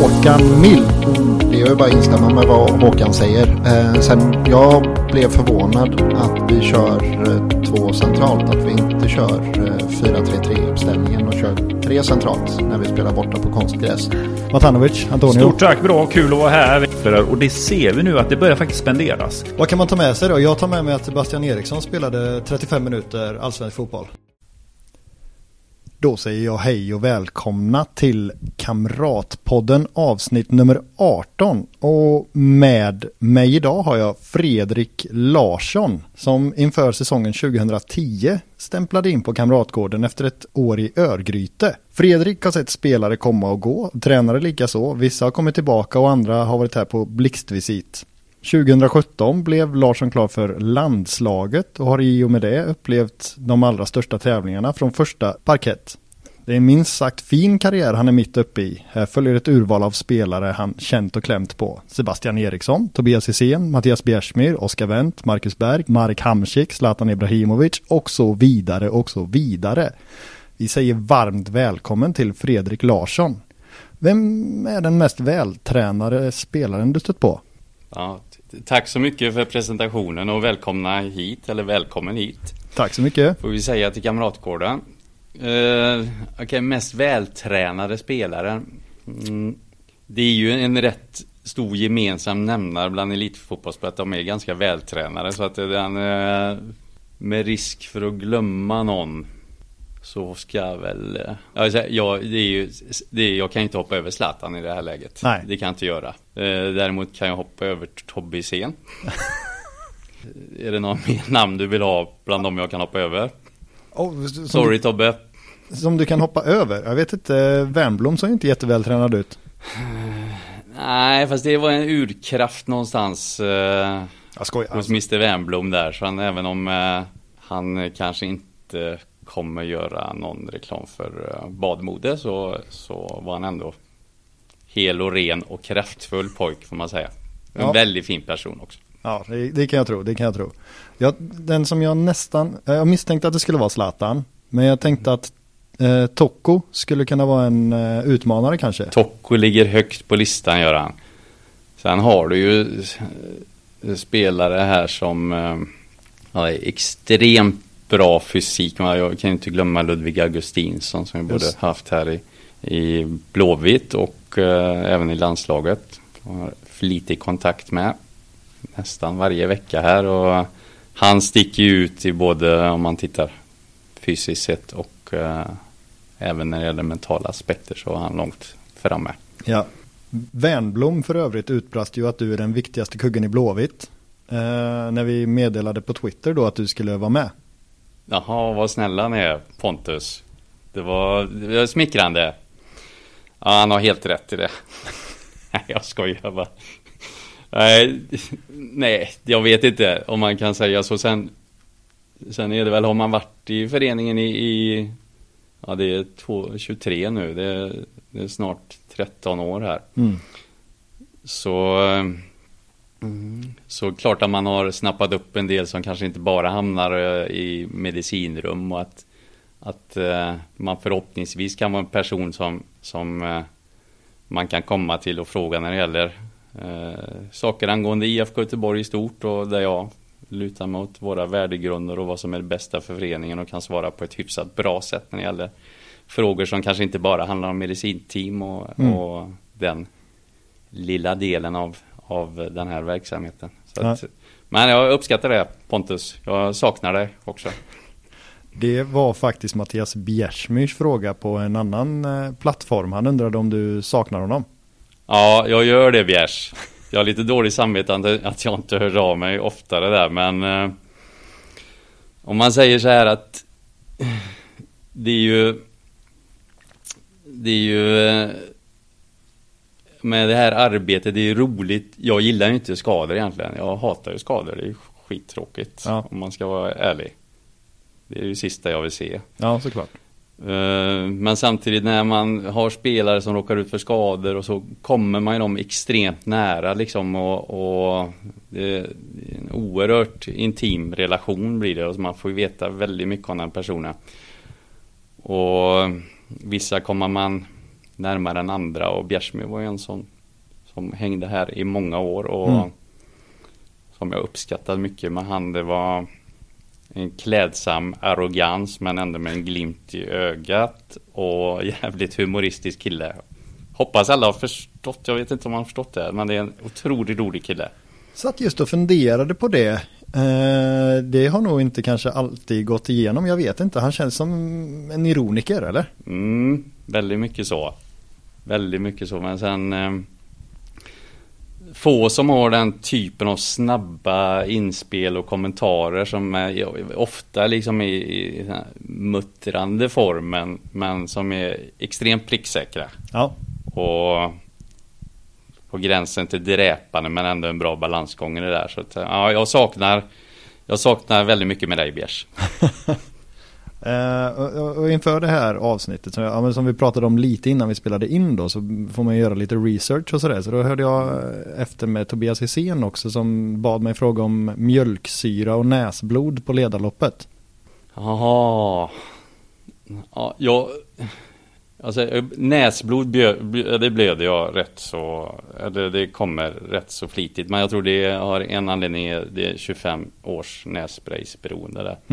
Håkan Mild. Det är ju bara att instämma med vad Håkan säger. Sen jag blev förvånad att vi kör 2 centralt. Att vi inte kör 4-3-3-uppställningen och kör 3 centralt när vi spelar borta på konstgräs. Matanovic, Antonio. Stort tack, bra, kul att vara här. Och det ser vi nu att det börjar faktiskt spenderas. Vad kan man ta med sig då? Jag tar med mig att Sebastian Eriksson spelade 35 minuter allsvensk fotboll. Då säger jag hej och välkomna till Kamratpodden avsnitt nummer 18. Och med mig idag har jag Fredrik Larsson som inför säsongen 2010 stämplade in på Kamratgården efter ett år i Örgryte. Fredrik har sett spelare komma och gå, tränare lika så. Vissa har kommit tillbaka och andra har varit här på blixtvisit. 2017 blev Larsson klar för landslaget och har i och med det upplevt de allra största tävlingarna från första parkett. Det är en minst sagt fin karriär han är mitt uppe i. Här följer ett urval av spelare han känt och klämt på. Sebastian Eriksson, Tobias Hysén, Mattias Bjärsmyr, Oskar Wendt, Marcus Berg, Marek Hamsik, Zlatan Ibrahimovic och så vidare och så vidare. Vi säger varmt välkommen till Fredrik Larsson. Vem är den mest vältränade spelaren du stött på? Ja, tack så mycket för presentationen och välkommen hit. Tack så mycket. Får vi säga till Kamratgården. Mest vältränade spelare. Det är ju en rätt stor gemensam nämnare bland elitfotbollsspelare att de är ganska vältränade. Så att den, med risk för att glömma någon så ska jag väl... jag kan inte hoppa över Zlatan i det här läget. Nej. Det kan jag inte göra. Däremot kan jag hoppa över Tobbe Hysén. Är det någon mer namn du vill ha bland dem jag kan hoppa över? Sorry Tobbe. Som du kan hoppa över? Jag vet inte, Wernbloom såg inte jättevältränad ut. Nej, fast det var en urkraft någonstans hos Mr. Wernbloom där. Så även om han kanske inte kommer göra någon reklam för badmode så var han ändå hel och ren och kraftfull pojk får man säga. En väldigt fin person också. Ja, det kan jag tro. Den som jag misstänkte att det skulle vara Zlatan, men jag tänkte att Tocco skulle kunna vara en utmanare kanske. Tocco ligger högt på listan, gör han. Sen har du ju spelare här som är extremt bra fysik. Jag kan inte glömma Ludvig Augustinsson som vi både haft här i Blåvitt och även i landslaget. Har flitig kontakt med nästan varje vecka här och han sticker ju ut i både om man tittar fysiskt sett och även när det gäller mentala aspekter så är han långt framme. Ja. Wernbloom för övrigt utbrast ju att du är den viktigaste kuggen i Blåvitt när vi meddelade på Twitter då att du skulle vara med. Jaha, vad snälla ni är, Pontus. Det var smickrande. Ja, han har helt rätt i det. Nej, jag skojar bara. Nej, jag vet inte om man kan säga så. Sen är det väl, har man varit i föreningen i det är 23 nu. Det är snart 13 år här. Så klart att man har snappat upp en del som kanske inte bara hamnar i medicinrum och att man förhoppningsvis kan vara en person som man kan komma till och fråga när det gäller saker angående IFK Göteborg i stort och där jag lutar mot våra värdegrunder och vad som är det bästa för föreningen och kan svara på ett hyfsat bra sätt när det gäller frågor som kanske inte bara handlar om medicinteam och den lilla delen av den här verksamheten. Så att, men jag uppskattar det, Pontus. Jag saknar det också. Det var faktiskt Mattias Bjärsmyrs fråga på en annan plattform. Han undrade om du saknar honom. Ja, jag gör det, Bjärs. Jag har lite dålig samvete att jag inte hör av mig oftare där. Men om man säger så här att det är ju med det här arbetet, det är roligt. Jag gillar ju inte skador egentligen. Jag hatar ju skador, det är skittråkigt om man ska vara ärlig. Det är ju det sista jag vill se. Ja, såklart. Men samtidigt när man har spelare som råkar ut för skador och så kommer man ju dem extremt nära liksom och det är en oerhört intim relation blir det och man får ju veta väldigt mycket om den personen. Och vissa kommer man närmare än andra, och Bjärsmyr var ju en sån som hängde här i många år och som jag uppskattade mycket med han. Det var en klädsam arrogans men ändå med en glimt i ögat och jävligt humoristisk kille. Hoppas alla har förstått, jag vet inte om man har förstått det, men det är en otroligt rolig kille. Satt just och funderade på det. Det har nog inte kanske alltid gått igenom, jag vet inte. Han känns som en ironiker, eller? Väldigt mycket så. Väldigt mycket så, men sen få som har den typen av snabba inspel och kommentarer som är ofta liksom i muttrande formen, men som är extremt pricksäkra. Ja. Och på gränsen till dräpande, men ändå en bra balansgång i det där. Så att, ja, jag saknar väldigt mycket med dig, Bjärs. Och inför det här avsnittet som vi pratade om lite innan vi spelade in då, så får man göra lite research och sådär. Så då hörde jag efter med Tobias Hysén också, som bad mig fråga om mjölksyra och näsblod på ledarloppet. Jaha. Ja, alltså näsblod det blöder jag rätt så, eller det kommer rätt så flitigt, men jag tror det har en anledning, det är 25 års nässpraysberoende där.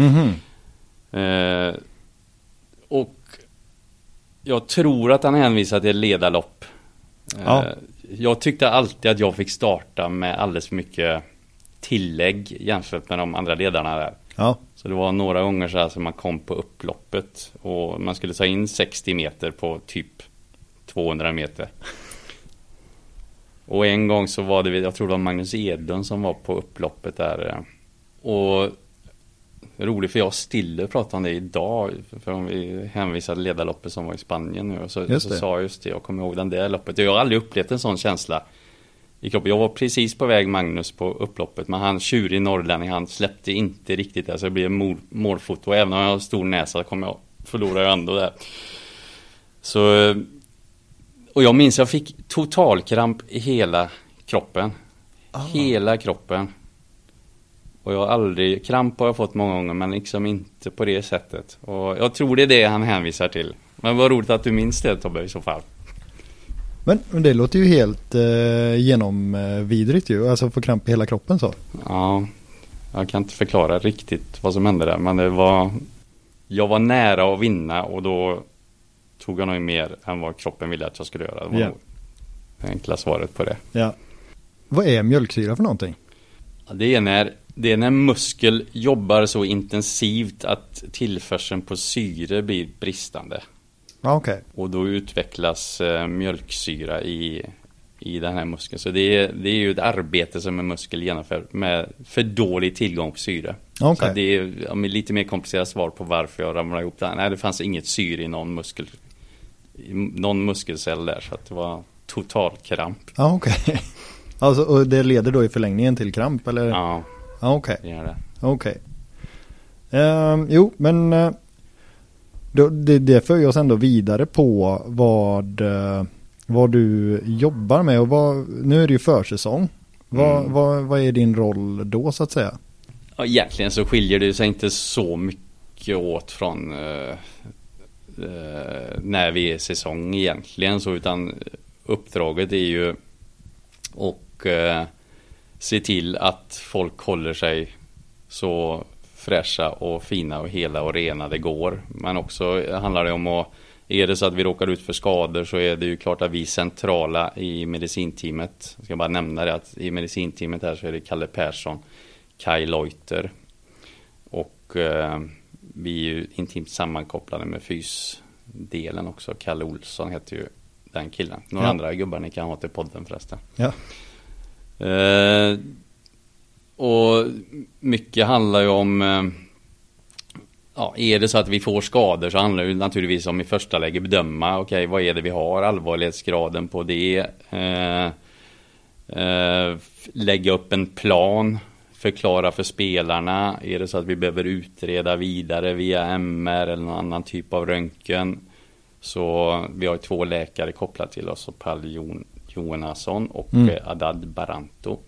Och jag tror att han hänvisar till ledarlopp. Jag tyckte alltid att jag fick starta med alldeles för mycket tillägg jämfört med de andra ledarna där. Ja. Så det var några gånger så här som man kom på upploppet och man skulle ta in 60 meter på typ 200 meter. Och en gång så var det, jag tror det var Magnus Edlund som var på upploppet där. Och roligt, för jag Stille pratade om det idag, för om vi hänvisade ledarloppet som var i Spanien nu, och så sa jag just det, jag kommer ihåg den där loppet. Jag har aldrig upplevt en sån känsla i kroppen. Jag var precis på väg Magnus på upploppet, men han tjurig norrlänning, han släppte inte riktigt där, så det blev målfoto. Även om jag har stor näsa kommer jag förlora ändå där. Så, och jag minns jag fick totalkramp i hela kroppen. Hela kroppen. Och jag har aldrig, kramp har jag fått många gånger, men liksom inte på det sättet. Och jag tror det är det han hänvisar till. Men vad roligt att du minns det, Tobbe, i så fall. Men det låter ju helt genomvidrigt ju, alltså få kramp i hela kroppen så. Ja, jag kan inte förklara riktigt vad som hände där, men jag var nära att vinna, och då tog jag nog mer än vad kroppen ville att jag skulle göra. Det var nog det enkla svaret på det. Ja. Vad är mjölksyra för någonting? Ja, det är när muskel jobbar så intensivt att tillförseln på syre blir bristande. Okay. Och då utvecklas mjölksyra i den här muskeln. Så det är ju ett arbete som en muskel genomför med för dålig tillgång på syre. Okay. Så det är lite mer komplicerat svar på varför jag ramlade ihop där. Nej, det fanns inget syre i någon muskelcell där, så att det var total kramp. Ja, okej. Alltså, och det leder då i förlängningen till kramp, eller? Ja, okej. Det gör det. Okej. Jo, men det för oss ändå vidare på vad du jobbar med, och nu är det ju försäsong. Vad är din roll då, så att säga? Ja, egentligen så skiljer det sig inte så mycket åt från när vi är säsong egentligen, så, utan uppdraget är ju och se till att folk håller sig så fräscha och fina och hela och rena det går. Men också handlar det om att, är det så att vi råkar ut för skador, så är det ju klart att vi är centrala i medicinteamet. Jag ska bara nämna det, att i medicinteamet här så är det Kalle Persson, Kai Leuter, och vi är ju intimt sammankopplade med fysdelen också. Kalle Olsson heter ju den killen. Några andra gubbar ni kan ha till podden förresten. Ja. Och mycket handlar ju om, är det så att vi får skador, så handlar det ju naturligtvis om i första läge bedöma, okej, vad är det vi har, allvarlighetsgraden på det, lägga upp en plan, förklara för spelarna, är det så att vi behöver utreda vidare via MR eller någon annan typ av röntgen, så vi har 2 läkare kopplat till oss, och Pall Jonasson och Adad Baranto.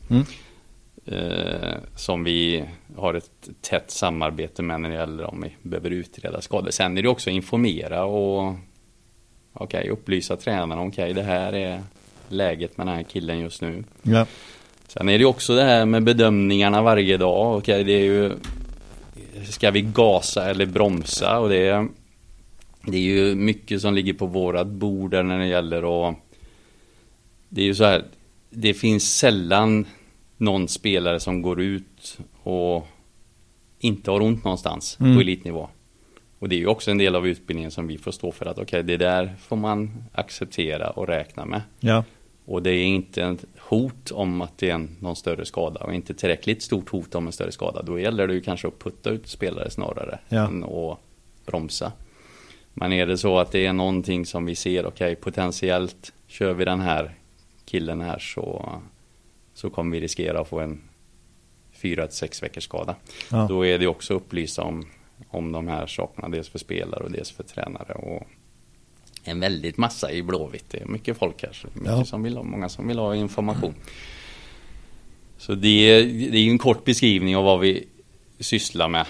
Som vi har ett tätt samarbete med när det gäller om vi behöver utreda skador. Sen är det också informera upplysa tränaren, det här är läget med den här killen just nu. Ja. Sen är det också det här med bedömningarna varje dag. Det är ju, ska vi gasa eller bromsa? Och det är ju mycket som ligger på vårat bord när det gäller att... Det är ju så här, det finns sällan någon spelare som går ut och inte har ont någonstans på elitnivå. Och det är ju också en del av utbildningen som vi får stå för, att det där får man acceptera och räkna med. Ja. Och det är inte ett hot om att det är någon större skada, och inte tillräckligt stort hot om en större skada. Då gäller det ju kanske att putta ut spelare snarare än att bromsa. Men är det så att det är någonting som vi ser, potentiellt kör vi den här killen här, så kommer vi riskera att få en 4-6 veckors skada. Ja. Då är det också upplysa om de här sakerna, dels för spelare och dels för tränare, och en väldigt massa i Blåvitt. Det är mycket folk här, många som vill ha information. Så det är en kort beskrivning av vad vi sysslar med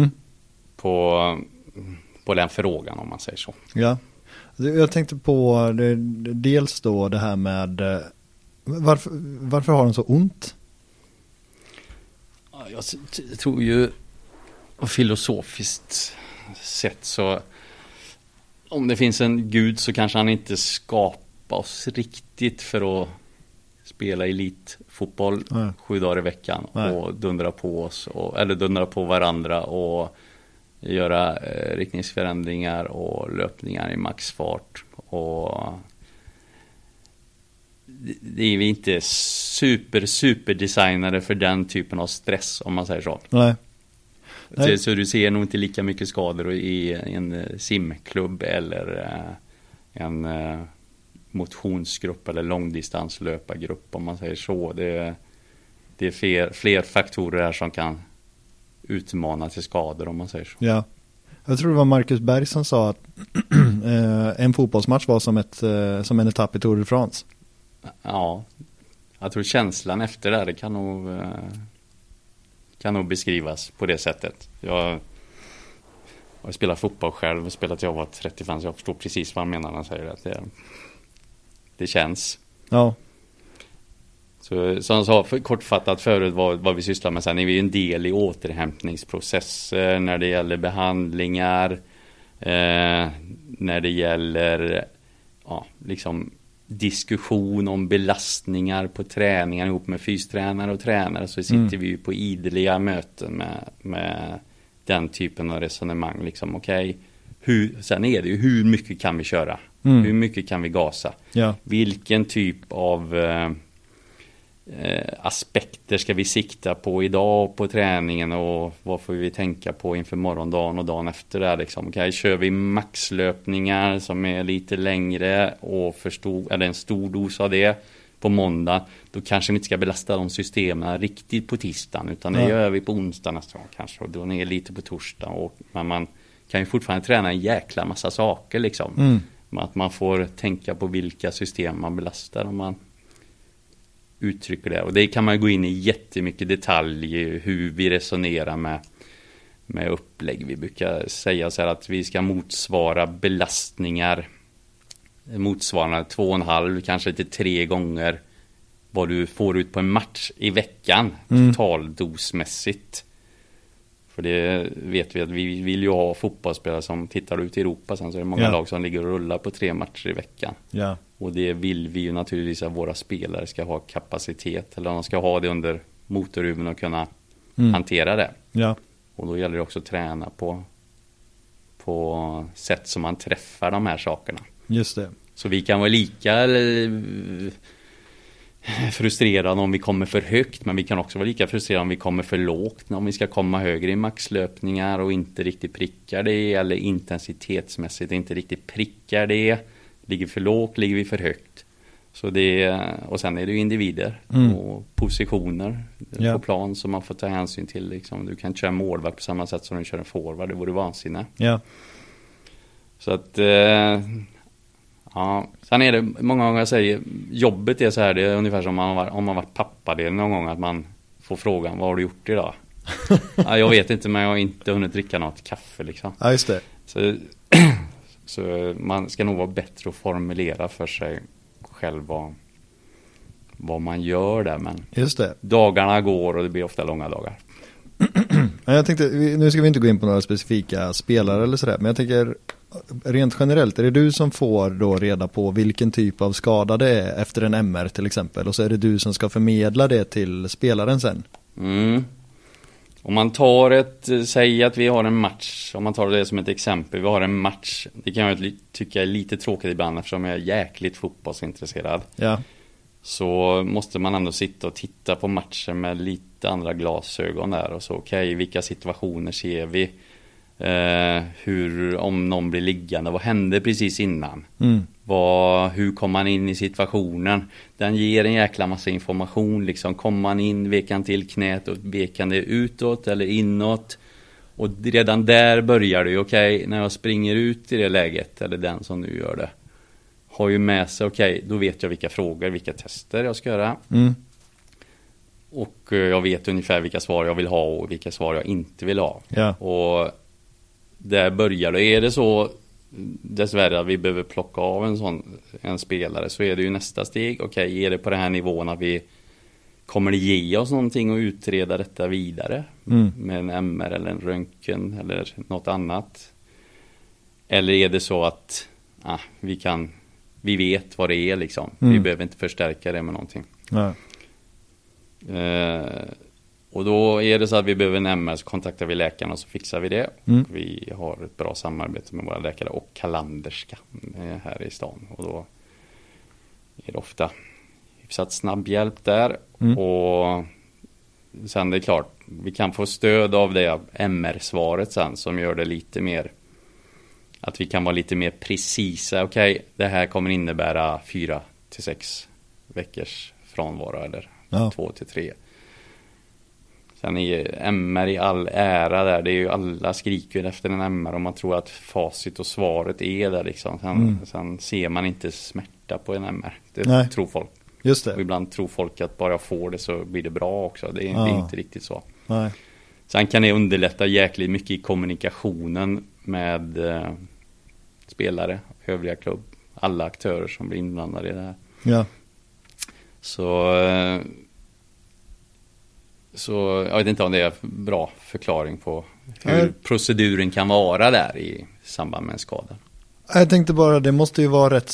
på den frågan, om man säger så. Ja, jag tänkte på dels då det här med varför har de så ont? Jag tror ju filosofiskt sett, så om det finns en gud så kanske han inte skapar oss riktigt för att spela elitfotboll 7 dagar i veckan och dundra på oss eller dundra på varandra och göra riktningsförändringar och löpningar i maxfart, och det är vi inte super designade för den typen av stress, om man säger så. Nej. Så du ser nog inte lika mycket skador i en simklubb eller en motionsgrupp eller långdistanslöpargrupp, om man säger så. Det är fler faktorer här som kan utmana till skador, om man säger så. Ja. Jag tror det var Marcus Berg som sa att en fotbollsmatch var som en etapp i Tour de France. Ja, jag tror känslan efter det kan nog beskrivas på det sättet. Jag har spelat fotboll själv och spelat jag var 35, så jag förstår precis vad han menar när han säger att det känns. Ja. Så som jag sa kortfattat förut vad vi sysslar med, sen är vi en del i återhämtningsprocesser när det gäller behandlingar, när det gäller liksom diskussion om belastningar på träningar ihop med fystränare och tränare, så sitter vi ju på ideliga möten med den typen av resonemang liksom, sen är det ju hur mycket kan vi köra, hur mycket kan vi gasa, vilken typ av aspekter ska vi sikta på idag på träningen, och vad får vi tänka på inför morgondagen och dagen efter det liksom. Kör vi maxlöpningar som är lite längre och eller en stor dos av det på måndag, då kanske vi inte ska belasta de systemen riktigt på tisdagen, utan det gör vi på onsdag nästa gång kanske, och då ner lite på torsdag, men man kan ju fortfarande träna en jäkla massa saker liksom. Att man får tänka på vilka system man belastar om man uttrycker det, och det kan man gå in i jättemycket detalj hur vi resonerar med upplägg. Vi brukar säga så här att vi ska motsvara belastningar motsvarande 2,5 kanske till 3 gånger vad du får ut på en match i veckan totaldosmässigt. För det vet vi att vi vill ju ha fotbollsspelare som tittar ut i Europa, sen så är det många lag som ligger och rullar på 3 matcher i veckan. Ja. Och det vill vi ju naturligtvis att våra spelare ska ha kapacitet, eller de ska ha det under motorhuven och kunna hantera det. Ja. Och då gäller det också att träna på sätt som man träffar de här sakerna. Just det. Så vi kan vara lika frustrerade om vi kommer för högt, men vi kan också vara lika frustrerade om vi kommer för lågt, om vi ska komma högre i maxlöpningar och inte riktigt prickar det, eller intensitetsmässigt inte riktigt prickar det. Ligger för lågt, ligger vi för högt. Så och sen är det ju individer och positioner på plan som man får ta hänsyn till liksom. Du kan köra målvakt på samma sätt som du kör en forward, det vore vansinne. Ja. Så att sen är det många gånger jag säger, jobbet är så här, det är ungefär som om man varit pappa, det är någon gång att man får frågan, vad har du gjort idag? Jag vet inte, men jag har inte hunnit dricka något kaffe liksom. Ja, just det. Så man ska nog vara bättre att formulera för sig själv vad man gör där. Men Just det. dagarna går och det blir ofta långa dagar. Jag tänkte, nu ska vi inte gå in på några specifika spelare eller sådär, men jag tänker rent generellt, är det du som får då reda på vilken typ av skada det är efter en MR till exempel, och så är det du som ska förmedla det till spelaren sen? Om man säger att vi har en match, om man tar det som ett exempel, vi har en match, det kan jag tycka är lite tråkigt ibland eftersom jag är jäkligt fotbollsintresserad. Ja. Så måste man ändå sitta och titta på matchen med lite andra glasögon där och så okej, vilka situationer ser vi? Om någon blir liggande, vad hände precis innan? Hur kom man in i situationen? Den ger en jäkla massa information liksom. Kom man in, vek han till knät och vek han det utåt eller inåt? Och redan där börjar det ju, okej, när jag springer ut i det läget, eller den som nu gör det, har ju med sig, okej, då vet jag vilka frågor, vilka tester jag ska göra. Och jag vet ungefär vilka svar jag vill ha och vilka svar jag inte vill ha. Ja. Och där börjar det. Är det så dessvärre att vi behöver plocka av en spelare, så är det ju nästa steg. Okej, är det på den här nivån att vi kommer ge oss någonting och utreda detta vidare med en MR eller en röntgen eller något annat? Eller är det så att vi vet vad det är liksom. Vi behöver inte förstärka det med någonting. Ja. Och då är det så att vi behöver en MR, så kontaktar vi läkaren och så fixar vi det. Och vi har ett bra samarbete med våra läkare och kalenderska här i stan. Och då är det ofta hyfsat snabb hjälp där. Och sen det är klart, vi kan få stöd av det MR-svaret sen som gör det lite mer, att vi kan vara lite mer precisa. Okej, det här kommer innebära 4 till 6 veckors frånvaro eller 2 till 3. Sen är MR i all ära där. Det är ju, alla skriker efter en MR och man tror att facit och svaret är där liksom. Sen ser man inte smärta på en MR. Det tror folk. Just det. Och ibland tror folk att bara jag får det så blir det bra också. Det är inte riktigt så. Nej. Sen kan det underlätta jäkligt mycket i kommunikationen med spelare, övriga klubb, alla aktörer som blir inblandade i det här. Ja. Så jag vet inte om det är en bra förklaring på hur proceduren kan vara där i samband med en skada. Jag tänkte bara, det måste ju vara rätt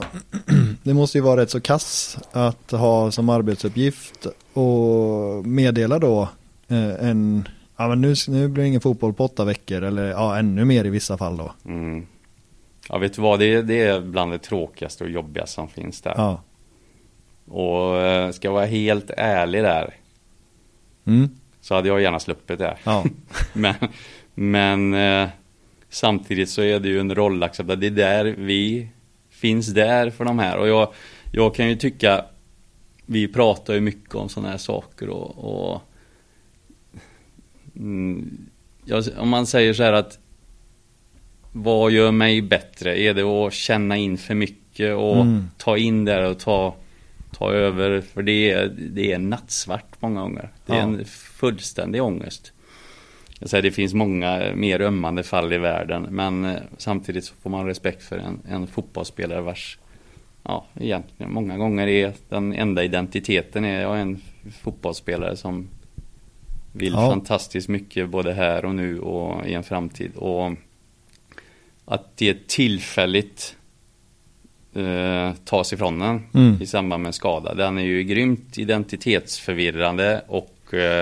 så kass att ha som arbetsuppgift och meddela då men nu blir det ingen fotboll på 8 veckor eller ännu mer i vissa fall då. Ja, vet du vad, det är bland det tråkigaste och jobbigaste som finns där. Ja. Och ska jag vara helt ärlig där, så hade jag gärna sluppit det. Ja. men samtidigt så är det ju en rollacceptans. Det är där vi finns där för de här. Och jag kan ju tycka, vi pratar ju mycket om sådana här saker om man säger så här att vad gör mig bättre? Är det att känna in för mycket och ta in där och ta över? För det är nattsvart många gånger. Det är en fullständig ångest. Jag säger, det finns många mer ömmande fall i världen, men samtidigt så får man respekt för en fotbollsspelare vars egentligen många gånger är den enda identiteten är jag en fotbollsspelare som vill fantastiskt mycket både här och nu och i en framtid, och att det tillfälligt tas ifrån den i samband med en skada. Den är ju grymt identitetsförvirrande och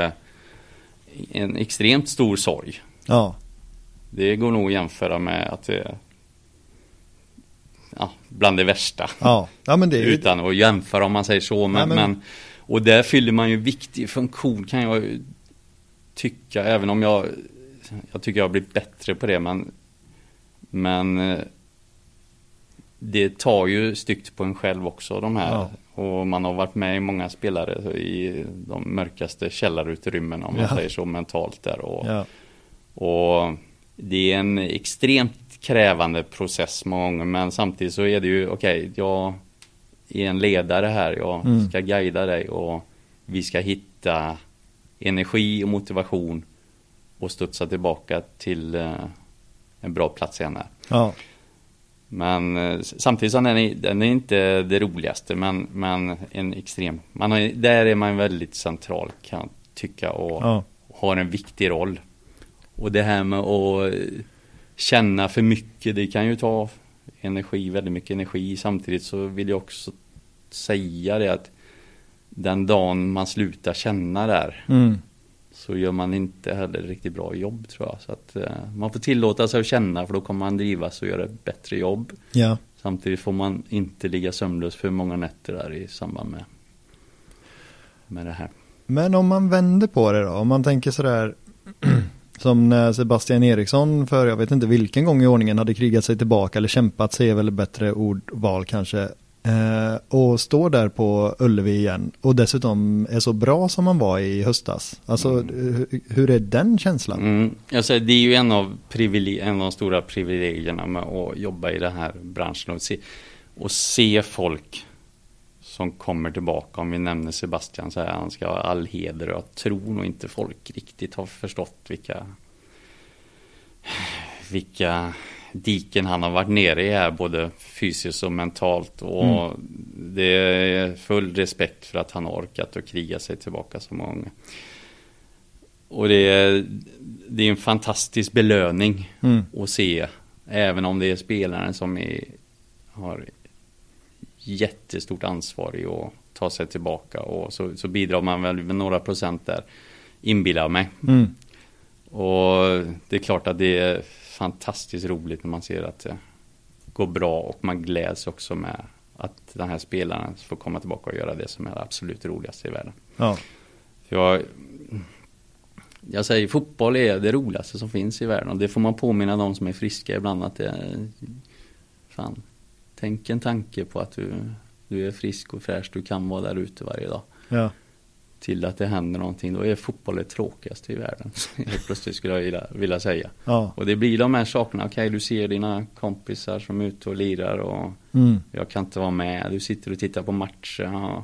en extremt stor sorg. Ja. Det går nog att jämföra med att det bland det värsta. Ja, men det är utan att jämföra om man säger så. Men och där fyller man ju viktig funktion, kan jag tycka, även om jag tycker jag har blivit bättre på det, men det tar ju styggt på en själv också, de här. Ja. Och man har varit med i många spelare i de mörkaste källarutrymmen, om man säger så, mentalt där. Och det är en extremt krävande process många gånger, men samtidigt så är det ju jag är en ledare här, jag ska guida dig och vi ska hitta energi och motivation och studsa tillbaka till en bra plats igen här. Ja. Men samtidigt så den är inte det roligaste, men en extrem. Där är man väldigt central, kan jag tycka, och har en viktig roll. Och det här med att känna för mycket, det kan ju ta energi, väldigt mycket energi. Samtidigt så vill jag också säga det att den dagen man slutar känna där, så gör man inte heller riktigt bra jobb, tror jag. Så att man får tillåta sig att känna, för då kommer man drivas och göra ett bättre jobb. Ja. Samtidigt får man inte ligga sömnlös för många nätter där i samband med det här. Men om man vänder på det då, om man tänker sådär som när Sebastian Eriksson för jag vet inte vilken gång i ordningen hade krigat sig tillbaka eller kämpat sig, är väl bättre ordval kanske, och står där på Ullevi igen och dessutom är så bra som man var i höstas. Alltså hur är den känslan? Jag säger, det är ju en av de stora privilegierna med att jobba i den här branschen och se folk som kommer tillbaka. Om vi nämner Sebastian, så här, han ska ha all heder, och jag tror nog inte folk riktigt har förstått vilka diken han har varit nere i här, både fysiskt och mentalt, och det är full respekt för att han har orkat och kriga sig tillbaka så många. Och det är en fantastisk belöning att se, även om det är spelaren som har jättestort ansvar i att ta sig tillbaka, och så bidrar man väl med några procent där, inbillar mig. Och det är klart att det är fantastiskt roligt när man ser att det går bra, och man gläds också med att den här spelaren får komma tillbaka och göra det som är det absolut roligaste i världen. Ja. Jag säger, fotboll är det roligaste som finns i världen, och det får man påminna de som är friska ibland, att det är tänk en tanke på att du är frisk och fräsch, du kan vara där ute varje dag. Ja. Till att det händer någonting, då är fotboll det tråkigaste i världen. Helt plötsligt skulle jag vilja säga. Ja. Och det blir de här sakerna, okej, du ser dina kompisar som är ute och lirar, och jag kan inte vara med, du sitter och tittar på matcher. Ja.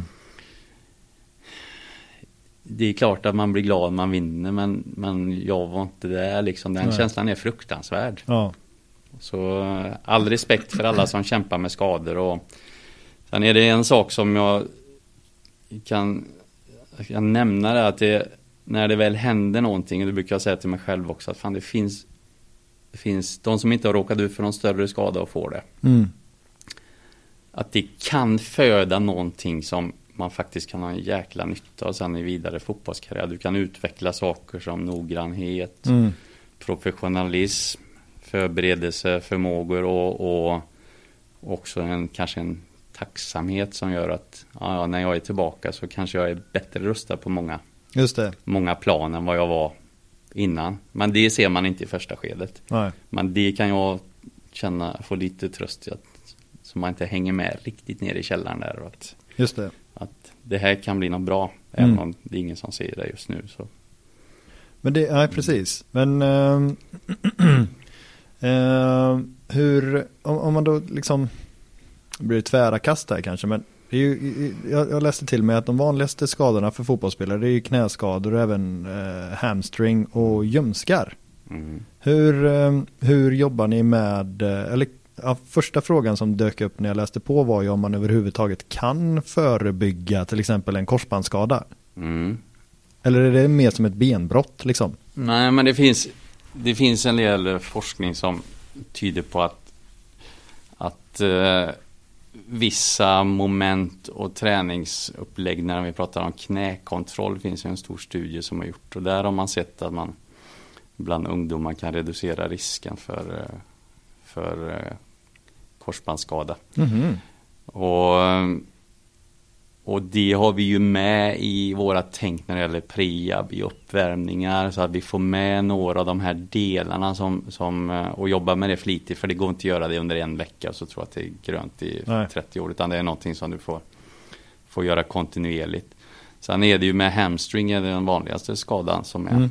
Det är klart att man blir glad när man vinner, men jag var inte där liksom. Den känslan är fruktansvärd. Ja. Så all respekt för alla som kämpar med skador. Och sen är det en sak som jag kan nämna, det att när det väl händer någonting, och det brukar jag säga till mig själv också, att det finns de som inte har råkat ut för någon större skada och får det. Att det kan föda någonting som man faktiskt kan ha en jäkla nytta av sen i vidare fotbollskarriär. Du kan utveckla saker som noggrannhet, professionalism, förberedelseförmågor och också kanske en tacksamhet som gör att när jag är tillbaka så kanske jag är bättre rustad på många plan än vad jag var innan. Men det ser man inte i första skedet. Nej. Men det kan jag få lite tröst i, så man inte hänger med riktigt ner i källaren där, och att det här kan bli något bra, även om det är ingen som ser det just nu. Så. Men precis. Men hur, om man då liksom, det blir tvära kast här kanske, men det är ju, jag läste till mig att de vanligaste skadorna för fotbollsspelare, det är ju knäskador och även hamstring och ljumskar. Hur jobbar ni med, första frågan som dök upp när jag läste på var ju om man överhuvudtaget kan förebygga till exempel en korsbandsskada. Eller är det mer som ett benbrott liksom? Nej, men det finns en del forskning som tyder på att vissa moment och träningsupplägg, när vi pratar om knäkontroll, finns en stor studie som har gjort, och där har man sett att man bland ungdomar kan reducera risken för korsbandsskada. Och det har vi ju med i våra tänk när det gäller prehab, i uppvärmningar, så att vi får med några av de här delarna och jobba med det flitigt, för det går inte att göra det under en vecka så tror jag att det är grönt i 30 år, utan det är någonting som du får göra kontinuerligt. Sen är det ju med hamstring, är det den vanligaste skadan som är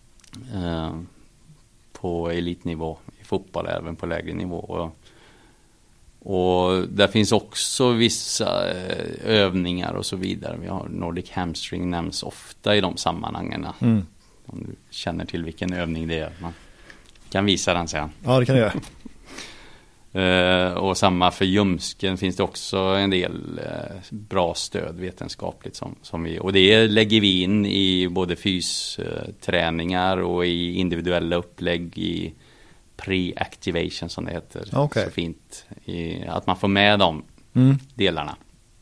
på elitnivå i fotboll, även på lägre nivå. Och där finns också vissa övningar och så vidare. Vi har Nordic hamstring, nämns ofta i de sammanhangen. Om du känner till vilken övning det är. Man kan visa den sen. Ja, det kan jag göra. Och samma för ljumsken finns det också en del bra stöd vetenskapligt som vi, och det lägger vi in i både fysträningar och i individuella upplägg i pre-activation som det heter. Så fint att man får med de delarna.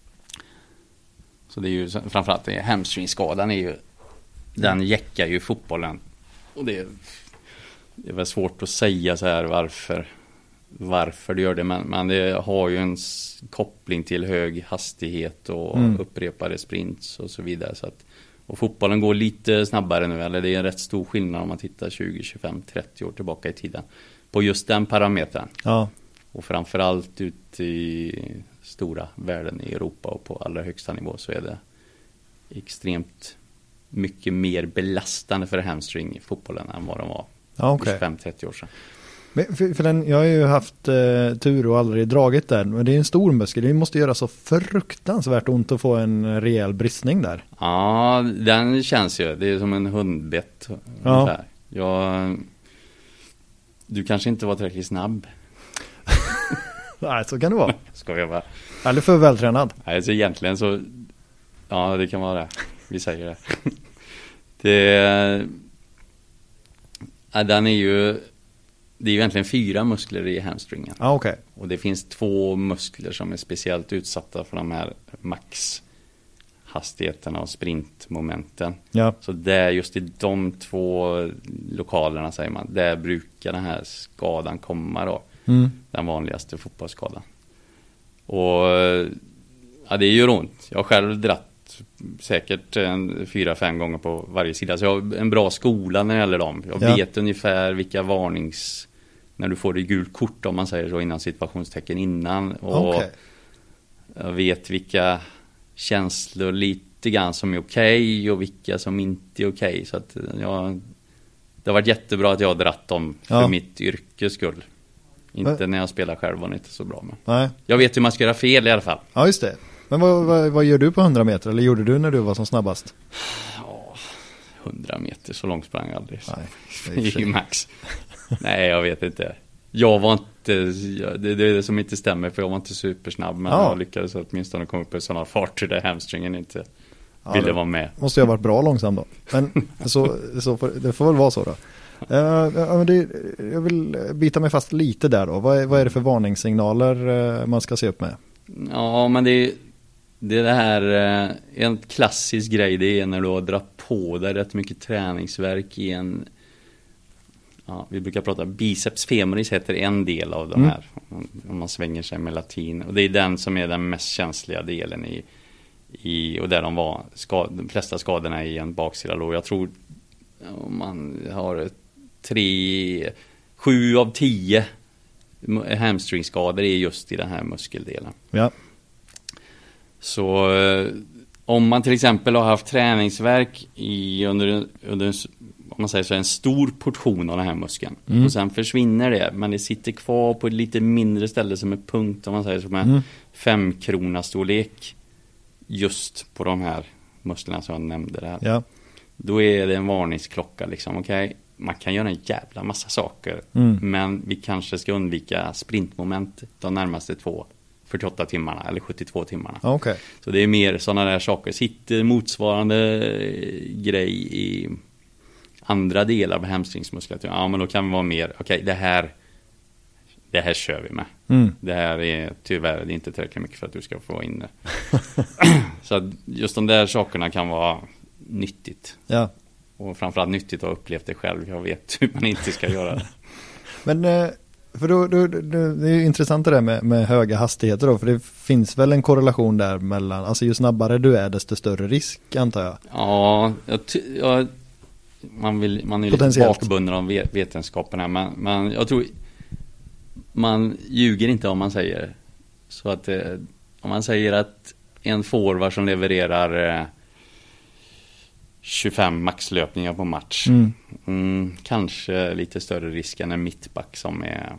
Så det är ju framförallt hamstringskadan är ju, den jäckar ju fotbollen, och det är väl svårt att säga så här varför det gör det, men det har ju en koppling till hög hastighet och upprepade sprints och så vidare, så att, och fotbollen går lite snabbare nu, eller det är en rätt stor skillnad om man tittar 20, 25, 30 år tillbaka i tiden på just den parametern. Ja. Och framförallt ut i stora världen i Europa och på allra högsta nivå så är det extremt mycket mer belastande för hamstring i fotbollen än vad de var 25-30 år sedan. Men för jag har ju haft tur och aldrig dragit den, men det är en stor muskel. Det måste göra så fruktansvärt ont att få en rejäl bristning där. Ja, den känns ju. Det är som en hundbett ungefär. Du kanske inte var tillräckligt snabb. Nej, så kan det vara. Ska jag bara. Eller för vältränad. Nej, så egentligen så, ja, det kan vara det. Vi säger det. Den är ju, det är ju egentligen 4 muskler i hamstringen. Okay. Och det finns 2 muskler som är speciellt utsatta för de här maxhastigheterna och sprintmomenten. Ja. Så det är just i de 2 lokalerna, säger man, där brukar den här skadan komma då. Den vanligaste fotbollsskadan. Och det gör ont. Jag har själv dratt säkert 4-5 gånger på varje sida. Så jag har en bra skola när det gäller dem. Jag vet ungefär vilka när du får det gult kort, om man säger så, innan situationstecken innan. Och jag vet vilka känslor lite grann som är okej och vilka som inte är okej. Så att det har varit jättebra att jag har dratt dem för mitt yrkes skull. Inte när jag spelar själv var det inte så bra. Men nej. Jag vet hur man ska göra fel i alla fall. Ja, just det. Men vad gör du på 100 meter? Eller gjorde du när du var som snabbast? 100 meter, så långt sprang jag aldrig. Nej, i max. Nej, jag vet inte. Jag var inte, det är det som inte stämmer, för jag var inte supersnabb. Men jag lyckades åtminstone komma upp i sådana farter där hamstringen inte ville vara med. Måste jag ha varit bra långsam då. Men det får väl vara så då. Jag vill bita mig fast lite där då. Vad är det för varningssignaler man ska se upp med? Ja, men det här, en klassisk grej, det är när du har dragit på dig rätt mycket träningsverk i en, vi brukar prata biceps femoris, heter en del av de här, om man svänger sig med latin, och det är den som är den mest känsliga delen i och där de flesta skadorna i en baksida lår. Jag tror om man har 7 av 10 hamstringskador är just i den här muskeldelen. Ja. Så om man till exempel har haft träningsverk under om man säger så, en stor portion av den här muskeln, och sen försvinner det, men det sitter kvar på ett lite mindre ställe som är punkt, om man säger, som är 5 kronor storlek just på de här musklerna som jag nämnde där. Ja. Då är det en varningsklocka liksom. Okej, man kan göra en jävla massa saker, men vi kanske ska undvika sprintmoment de närmaste 48 timmarna eller 72 timmarna. Okay. Så det är mer sådana där saker. Sitter motsvarande grej i andra delar av hamstringsmuskulatur, men då kan vi vara mer, det här kör vi med. Det här är tyvärr det är inte tillräckligt mycket för att du ska få in det. Så just de där sakerna kan vara nyttigt. Ja. Och framförallt nyttigt att ha upplevt det själv. Jag vet hur man inte ska göra det. Men för då, det är ju intressant det där med höga hastigheter då, för det finns väl en korrelation där mellan, alltså ju snabbare du är desto större risk, antar jag. Ja, man är lite bakbunden av vetenskapen här, men jag tror man ljuger inte om man säger så att om man säger att en forward som levererar 25 maxlöpningar på match, kanske lite större risk än en mittback som är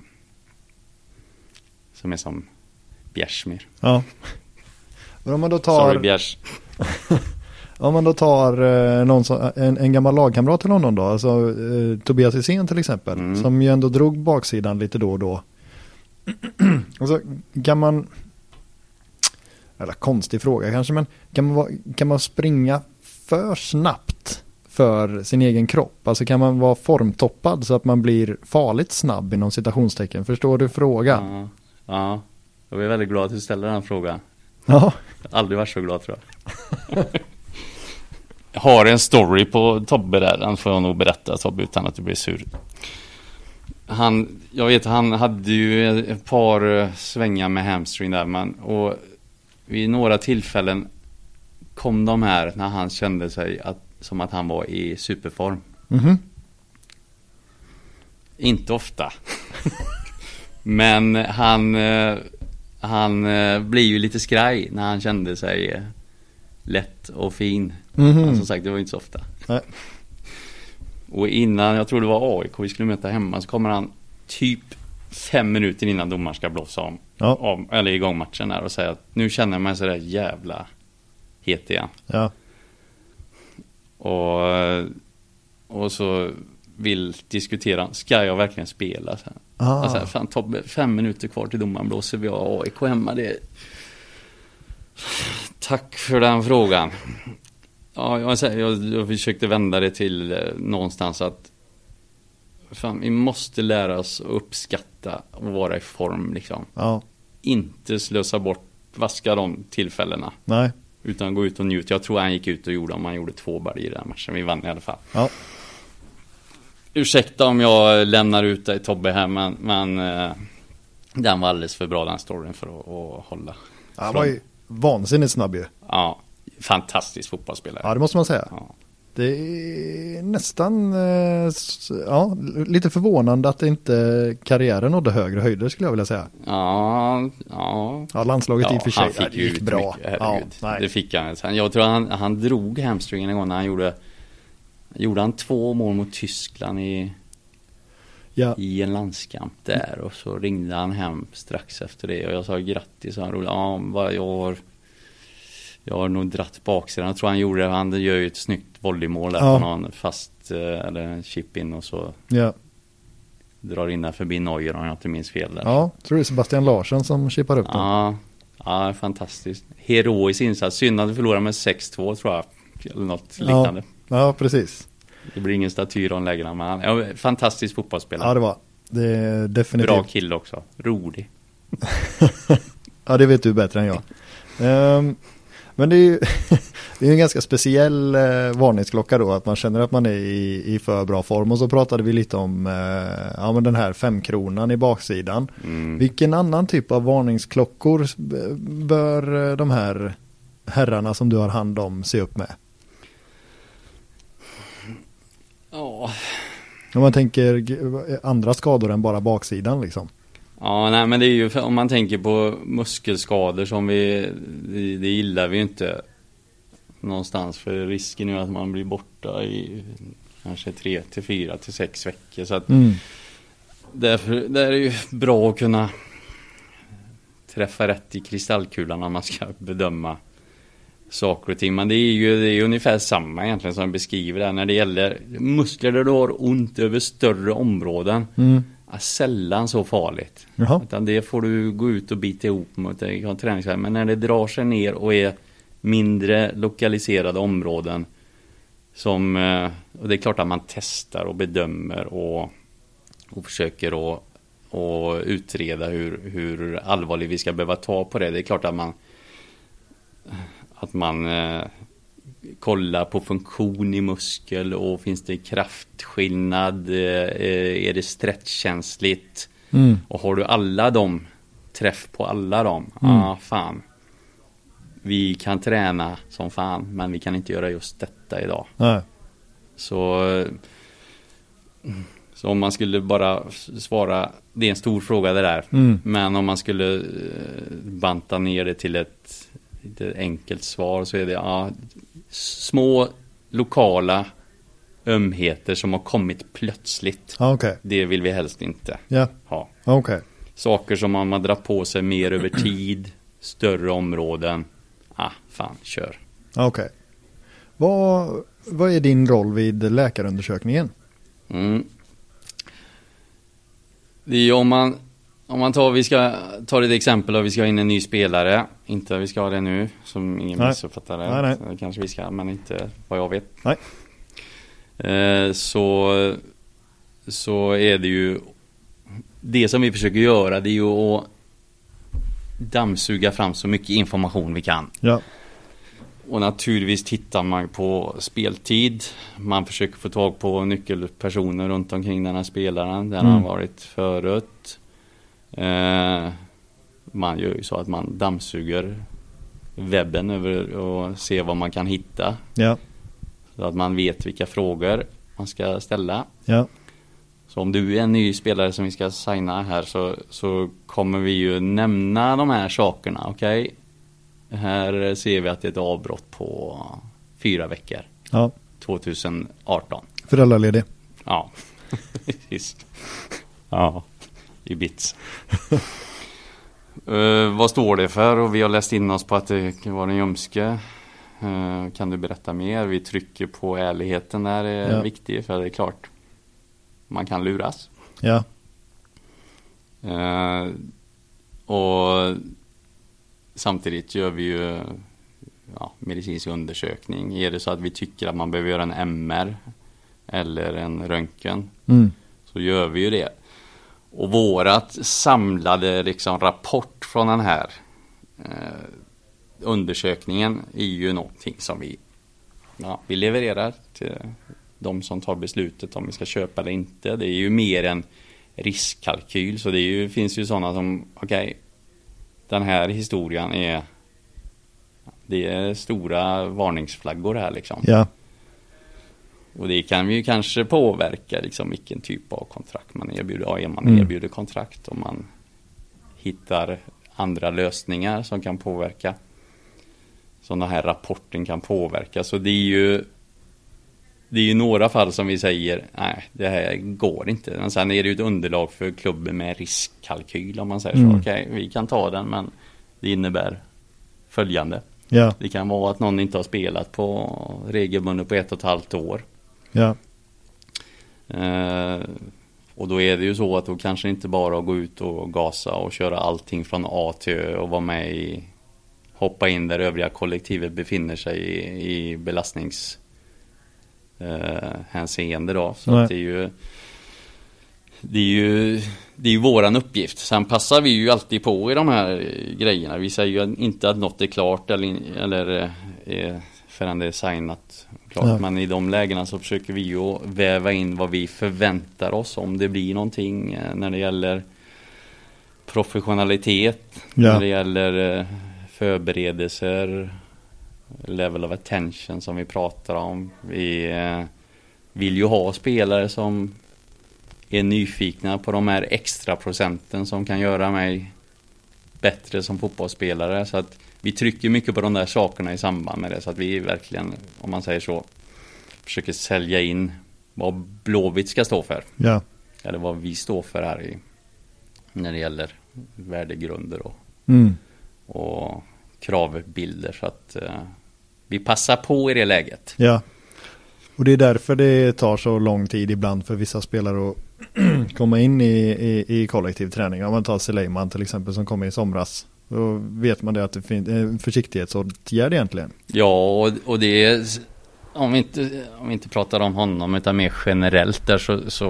som Bjärsmyr. Ja. Men om man då tar Sorry, Bjärs. Om man då tar en gammal lagkamrat till honom då, alltså Tobias Hysén till exempel, som ju ändå drog baksidan lite då och då. Alltså, kan man, eller konstig fråga kanske, men kan man springa för snabbt för sin egen kropp? Alltså kan man vara formtoppad så att man blir farligt snabb inom citationstecken? Förstår du frågan? Ja. Jag är väldigt glad att du ställer den frågan. Ja. Jag har aldrig varit så glad, tror jag. Jag har en story på Tobbe där. Den får jag nog berätta, Tobbe, utan att du blir sur. Han hade ju ett par svängar med hamstring där. Och vid några tillfällen kom de här när han kände sig som att han var i superform. Mhm. Inte ofta. Men han blir ju lite skraj när han kände sig lätt och fin. Men som sagt, det var inte så ofta. Nej. Och innan, jag tror det var AIK vi skulle möta hemma, så kommer han typ 5 minuter innan domaren ska blåsa eller igång matchen där, och säga att nu känner jag mig så där jävla het igen. Ja. Och så vill diskutera, ska jag verkligen spela? Alltså, fan Tobbe, 5 minuter kvar till domaren blåser vi av AIK hemma. Tack för den frågan. Ja, jag försökte vända det till någonstans att fan, vi måste lära oss att uppskatta och vara i form liksom. Ja. Inte slösa bort, vaska de tillfällena. Nej. Utan gå ut och njuta. Jag tror han gick ut och gjorde 2 baljor i den matchen. Vi vann i alla fall. Ja. Ursäkta om jag lämnar ut dig, Tobbe, här, men den var alldeles för bra, den storyn, för att hålla. Ja, han var ju vansinnigt snabb ju. Ja, fantastisk fotbollsspelare. Ja, det måste man säga. Ja. Det är nästan lite förvånande att inte karriären nådde högre höjder, skulle jag vilja säga. Ja, landslaget i och för sig. Han fick ju gick bra. Mycket, herregud. Det fick han. Jag tror han drog hamstringen en gång när han gjorde han 2 mål mot Tyskland i en landskamp där, och så ringde han hem strax efter det och jag sa grattis, och han roligt. Jag har nog dratt baksidan. Jag tror han gör ju ett snyggt volleymål där på någon fast eller chip in, och så drar in där förbi Neuer om jag inte minns fel där. Ja, tror det är Sebastian Larsson som chippar upp den. Ja, fantastiskt. Heroisk insats. Synd att vi förlorar med 6-2, tror jag, eller något liknande. Ja, precis. Det blir ingen staty i lägena, men fantastisk fotbollsspelare. Ja, det var. Det är definitivt. Bra kille också. Rolig. Ja, det vet du bättre än jag. Men det är ju det är en ganska speciell varningsklocka då, att man känner att man är i för bra form. Och så pratade vi lite om men den här 5-kronan i baksidan. Vilken annan typ av varningsklockor bör de här herrarna som du har hand om se upp med? Ja. Om man tänker andra skador än bara baksidan liksom. Ja, nej, men det är ju, om man tänker på muskelskador som det gillar vi inte någonstans, för risken är att man blir borta i kanske 3 till 4 till 6 veckor, så att därför är det ju bra att kunna träffa rätt i kristallkulan när man ska bedöma saker och ting. Men det är ungefär samma egentligen som jag beskriver där när det gäller muskler där du har ont över större områden. Är sällan så farligt. Utan det får du gå ut och bita ihop mot träningsvärk. Men när det drar sig ner och är mindre lokaliserade områden som, och det är klart att man testar och bedömer och försöker och utreda hur allvarligt vi ska behöva ta på det. Det är klart att man kolla på funktion i muskel, och finns det kraftskillnad, är det stretchkänsligt, och har du alla de träff på alla dem, fan, vi kan träna som fan, men vi kan inte göra just detta idag. Så om man skulle bara svara, det är en stor fråga det där, men om man skulle banta ner det till ett enkelt svar, så är det små lokala ömheter som har kommit plötsligt. Det vill vi helst inte ha. Saker som man drar på sig mer över tid, större områden, fan, kör. Vad är din roll vid läkarundersökningen? Det är om om man tar, vi ska ta ett exempel och vi ska ha in en ny spelare. Inte vi ska ha det nu, som ingen missuppfattar det. Nej. Kanske vi ska, men inte vad jag vet. Nej. Så är det ju det som vi försöker göra, det är ju att dammsuga fram så mycket information vi kan. Ja. Och naturligtvis tittar man på speltid. Man försöker få tag på nyckelpersoner runt omkring den här spelaren där han varit förut. Man gör ju så att man dammsuger webben över och ser vad man kan hitta. Ja. Så att man vet vilka frågor man ska ställa. Ja. Så om du är en ny spelare som vi ska signa här så kommer vi ju nämna de här sakerna, okej? Här ser vi att det är ett avbrott på 4 veckor. Ja. 2018. Föräldraledig. Ja, precis. Ja, i bits. Vad står det för? Och vi har läst in oss på att det var en Ljumske. Kan du berätta mer? Vi trycker på ärligheten där, är viktigt, för det är klart man kan luras. Ja. Och samtidigt gör vi ju medicinsk undersökning. Är det så att vi tycker att man behöver göra en MR eller en röntgen, så gör vi ju det. Och vårat samlade liksom rapport från den här undersökningen är ju någonting som vi levererar till de som tar beslutet om vi ska köpa eller inte. Det är ju mer en riskkalkyl, så finns ju sådana som den här historien det är stora varningsflaggor här liksom. Ja. Och det kan ju kanske påverka liksom vilken typ av kontrakt man erbjuder. Ja, man erbjuder kontrakt och man hittar andra lösningar som kan påverka. Som den här rapporten kan påverka. Så det är ju några fall som vi säger, nej, det här går inte. Men sen är det ju ett underlag för klubben med riskkalkyl, om man säger så. Okej, vi kan ta den, men det innebär följande. Ja. Det kan vara att någon inte har spelat på regelbundet på 1,5 år. Ja. Och då är det ju så att då kanske inte bara gå ut och gasa och köra allting från A till Ö och vara med hoppa in där övriga kollektivet befinner sig i belastningshänseende då. Så att det är ju våran uppgift. Sen passar vi ju alltid på i de här grejerna. Vi säger ju inte att något är klart eller förrän det är signat klart. Ja. Men i de lägena så försöker vi ju väva in vad vi förväntar oss om det blir någonting när det gäller professionalitet, när det gäller förberedelser, level of attention som vi pratar om. Vi vill ju ha spelare som är nyfikna på de här extra procenten som kan göra mig bättre som fotbollsspelare. Så att vi trycker mycket på de där sakerna i samband med det. Så att vi verkligen, om man säger så, försöker sälja in vad Blåvitt ska stå för. Ja. Eller vad vi står för här när det gäller värdegrunder och kravbilder. Så att vi passar på i det läget. Ja. Och det är därför det tar så lång tid ibland för vissa spelare att komma in i kollektiv träning. Om man tar Suleiman till exempel som kom i somras. Då vet man det att det finns en försiktighetsåtgärd egentligen. Ja, och det är, om vi inte pratar om honom utan mer generellt där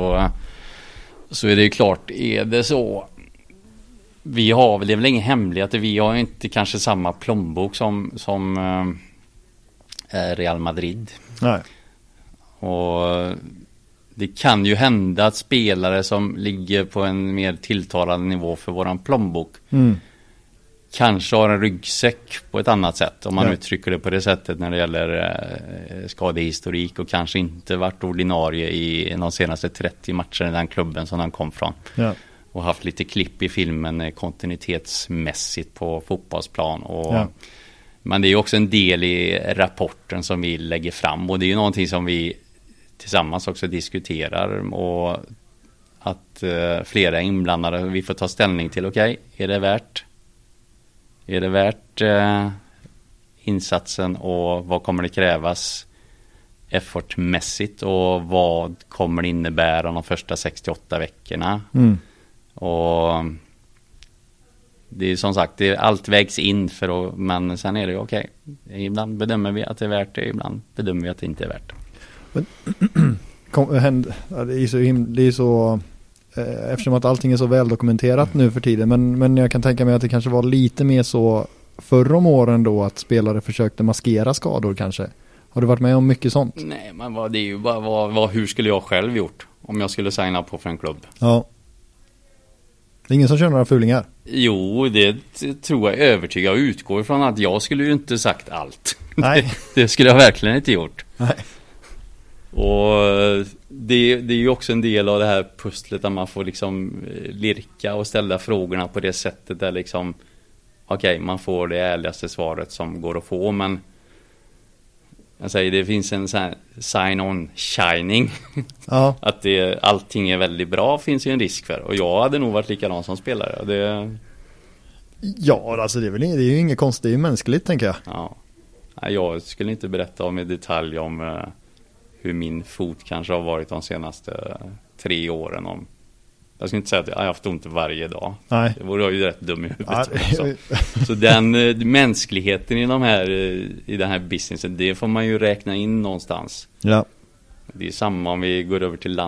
så är det ju klart, är det så. Det är väl ingen hemlighet att vi har inte kanske samma plånbok som Real Madrid. Nej. Och det kan ju hända att spelare som ligger på en mer tilltalande nivå för våran plånbok kanske har en ryggsäck på ett annat sätt, om man uttrycker det på det sättet, när det gäller skadehistorik och kanske inte varit ordinarie i de senaste 30 matcherna i den klubben som han kom från. Ja. Och haft lite klipp i filmen kontinuitetsmässigt på fotbollsplan. Men det är ju också en del i rapporten som vi lägger fram, och det är ju någonting som vi tillsammans också diskuterar, och att flera inblandade, vi får ta ställning till, är det värt insatsen, och vad kommer det krävas effortmässigt, och vad kommer det innebära de första 68 veckorna. Och det är som sagt, allt vägs in men sen är det ju okej. Ibland bedömer vi att det är värt det, ibland bedömer vi att det inte är värt det. Det är så eftersom att allting är så väl dokumenterat nu för tiden, men jag kan tänka mig att det kanske var lite mer så förr om åren då att spelare försökte maskera skador kanske. Har du varit med om mycket sånt? Nej, men det är ju bara hur skulle jag själv gjort om jag skulle signa på för en klubb? Ja. Det är ingen som kör några fulingar? Jo, det tror jag övertygad och utgår ifrån att jag skulle ju inte sagt allt. Nej. Det skulle jag verkligen inte gjort. Nej. Och det är ju också en del av det här pusslet där man får liksom lirka och ställa frågorna på det sättet där liksom okej, man får det ärligaste svaret som går att få, men jag säger, det finns en sån här sign-on shining. Ja. Att allting är väldigt bra finns ju en risk för. Och jag hade nog varit likadan som spelare. Ja, alltså det är ju inget konstigt, det är ju mänskligt tänker jag. Ja. Jag skulle inte berätta om i detalj om hur min fot kanske har varit de senaste 3 åren. Jag skulle inte säga att jag har haft ont varje dag. Nej. Det vore ju rätt dum i huvudet. Ja. Så den mänskligheten i den här businessen, det får man ju räkna in någonstans. Ja. Det är samma om vi går över till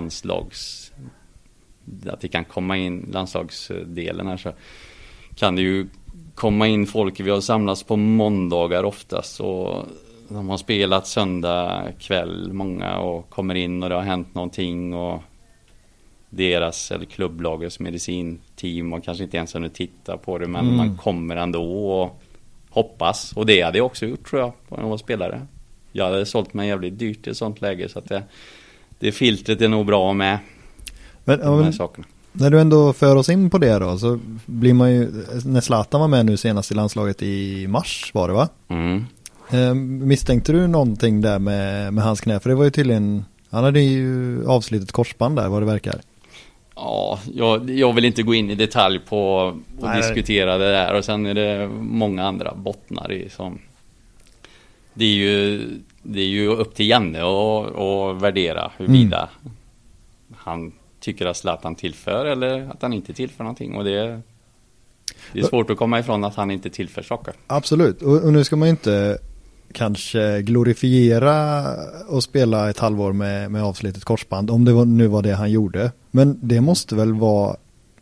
att det kan komma in landslagsdelen här, så kan det ju komma in folk. Vi har samlats på måndagar oftast och de har spelat söndag kväll många och kommer in och det har hänt någonting och deras eller klubblagets medicinteam och kanske inte ens hunnit titta på det, men man kommer ändå och hoppas, och det hade jag också gjort tror jag när jag var spelare. Jag hade sålt mig jävligt dyrt i ett sånt läge, så att det filtret är nog bra med men, de här sakerna. När du ändå för oss in på det då, så blir man ju, när Zlatan var med nu senast i landslaget i mars var det va? Misstänkte du någonting där med hans knä? För det var ju tydligen, han hade ju avslutat korsband där vad det verkar. Ja, jag vill inte gå in i detalj på och diskutera det där, och sen är det många andra bottnar i som det är ju upp till Janne att värdera huruvida han tycker att Zlatan tillför eller att han inte tillför någonting, och det är svårt att komma ifrån att han inte tillför saker. Absolut, och nu ska man inte kanske glorifiera och spela ett halvår med avslutet korsband, om det nu var det han gjorde. Men det måste väl vara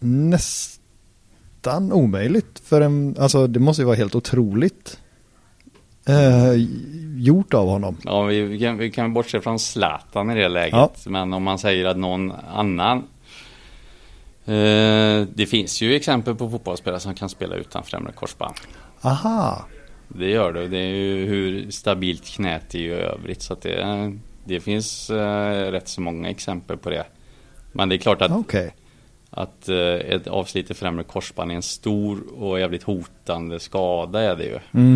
nästan omöjligt för alltså det måste ju vara helt otroligt gjort av honom. Ja, vi kan bortse från Zlatan i det läget, men om man säger att någon annan det finns ju exempel på fotbollsspelare som kan spela utan främre korsband. Aha. Det gör det. Det är ju hur stabilt knät är i övrigt, så att det finns rätt så många exempel på det. Men det är klart att ett avslitet främre korsband är en stor och jävligt hotande skada är det ju.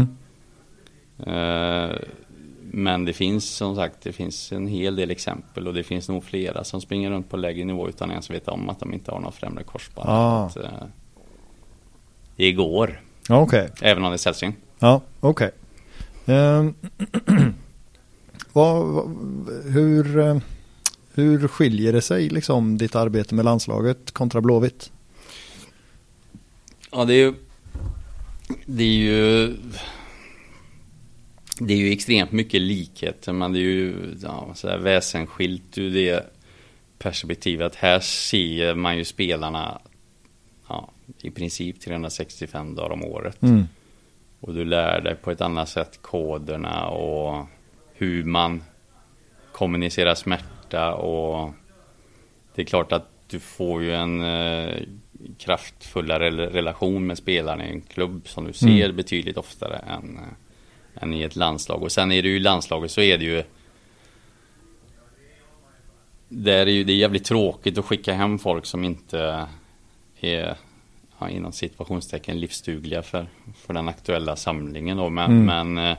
Men det finns som sagt, en hel del exempel, och det finns nog flera som springer runt på lägre nivå utan ens veta om att de inte har någon främre korsband. Att, det går. Även om det är sällsynt. Ja, okej. Hur skiljer det sig liksom ditt arbete med landslaget kontra Blåvitt? Ja, det är ju extremt mycket likheter, men det är ju så här väsensskilt ur det perspektivet. Här ser man ju spelarna i princip 365 dagar om året. Och du lär dig på ett annat sätt koderna och hur man kommunicerar smärta, och det är klart att du får ju en kraftfullare relation med spelarna i en klubb som du ser betydligt oftare än i ett landslag. Och sen är det ju i landslaget så är det ju det är jävligt tråkigt att skicka hem folk som inte är inom situationstecken livsdugliga för den aktuella samlingen då. Men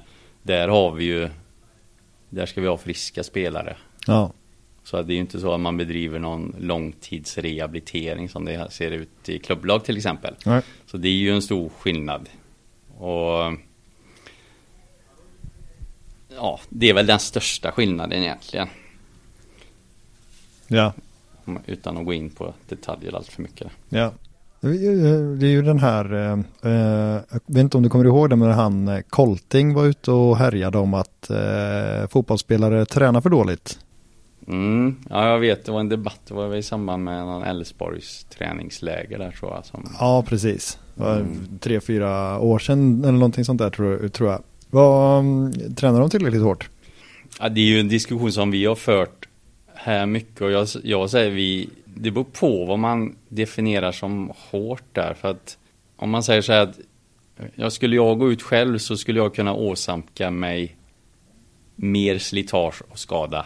där ska vi ha friska spelare. Ja. Så det är ju inte så att man bedriver någon långtidsrehabilitering som det ser ut i klubblag till exempel. Nej. Så det är ju en stor skillnad. Och det är väl den största skillnaden egentligen. Ja. Utan att gå in på detaljer allt för mycket. Ja. Det är ju den här, jag vet inte om du kommer ihåg det, men han Kolting var ute och härjade om att fotbollsspelare tränar för dåligt. Ja, jag vet, det var en debatt, det var i samband med någon Älvsborgs träningsläger där tror jag. Ja, precis. Det var 3-4 år sedan eller någonting sånt där tror jag. Tränar de tillräckligt hårt? Ja, det är ju en diskussion som vi har fört här mycket, och jag säger det beror på vad man definierar som hårt där. För att om man säger så här att skulle jag gå ut själv så skulle jag kunna åsamka mig mer slitage och skada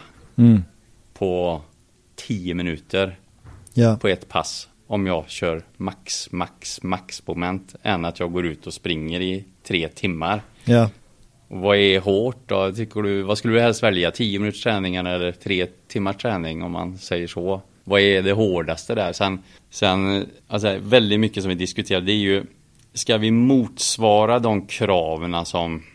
på 10 minuter på ett pass om jag kör max moment än att jag går ut och springer i 3 timmar. Ja. Vad är hårt då? Tycker du, vad skulle du helst välja? 10 minuters träning eller 3 timmars träning om man säger så? Vad är det hårdaste där? Sen alltså, väldigt mycket som vi diskuterar, det är ju, ska vi motsvara de kraven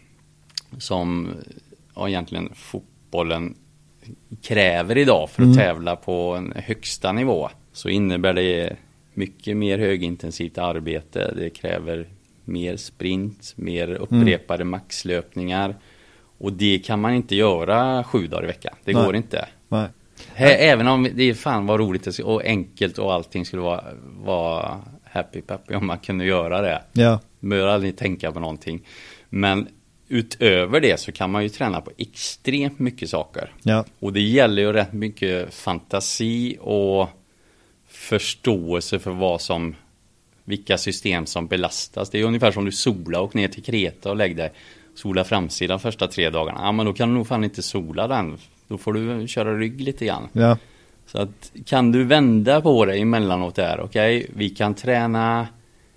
som egentligen fotbollen kräver idag för att tävla på en högsta nivå, så innebär det mycket mer högintensivt arbete. Det kräver mer sprint, mer upprepade maxlöpningar, och det kan man inte göra 7 dagar i veckan. Det går inte. Nej. Även om det är fan vad roligt och enkelt och allting skulle vara happy peppy om man kunde göra det. Ja. Man behöver aldrig tänka på någonting. Men utöver det så kan man ju träna på extremt mycket saker. Ja. Och det gäller ju rätt mycket fantasi och förståelse för vilka system som belastas. Det är ungefär som du sola och ner till Kreta och lägg dig. Sola framsidan första 3 dagarna. Ja, men då kan du nog fan inte sola den. Då får du köra rygg lite grann. Ja. Så att, kan du vända på det emellanåt där? Okej, vi kan träna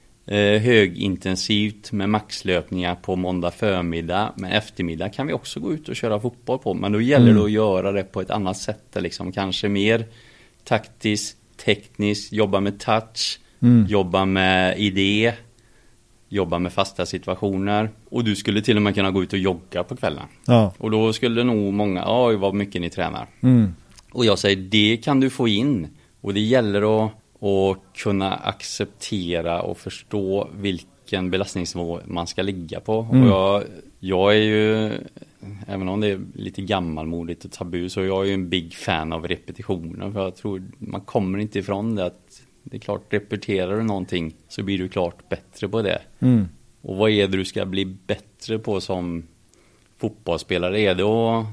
högintensivt med maxlöpningar på måndag förmiddag, men eftermiddag kan vi också gå ut och köra fotboll på, men då gäller det att göra det på ett annat sätt, liksom kanske mer taktiskt, tekniskt, jobba med touch, jobba med idé, jobba med fasta situationer, och du skulle till och med kunna gå ut och jogga på kvällen. Ja. Och då skulle nog många, vad mycket ni tränar. Och jag säger, det kan du få in, och det gäller att kunna acceptera och förstå vilken belastningsnivå man ska ligga på. Och jag är ju, även om det är lite gammalmodigt och tabu, så jag är ju en big fan av repetitioner, för jag tror man kommer inte ifrån det, att det är klart, repeterar du någonting så blir du klart bättre på det. Och vad är det du ska bli bättre på som fotbollsspelare? Är det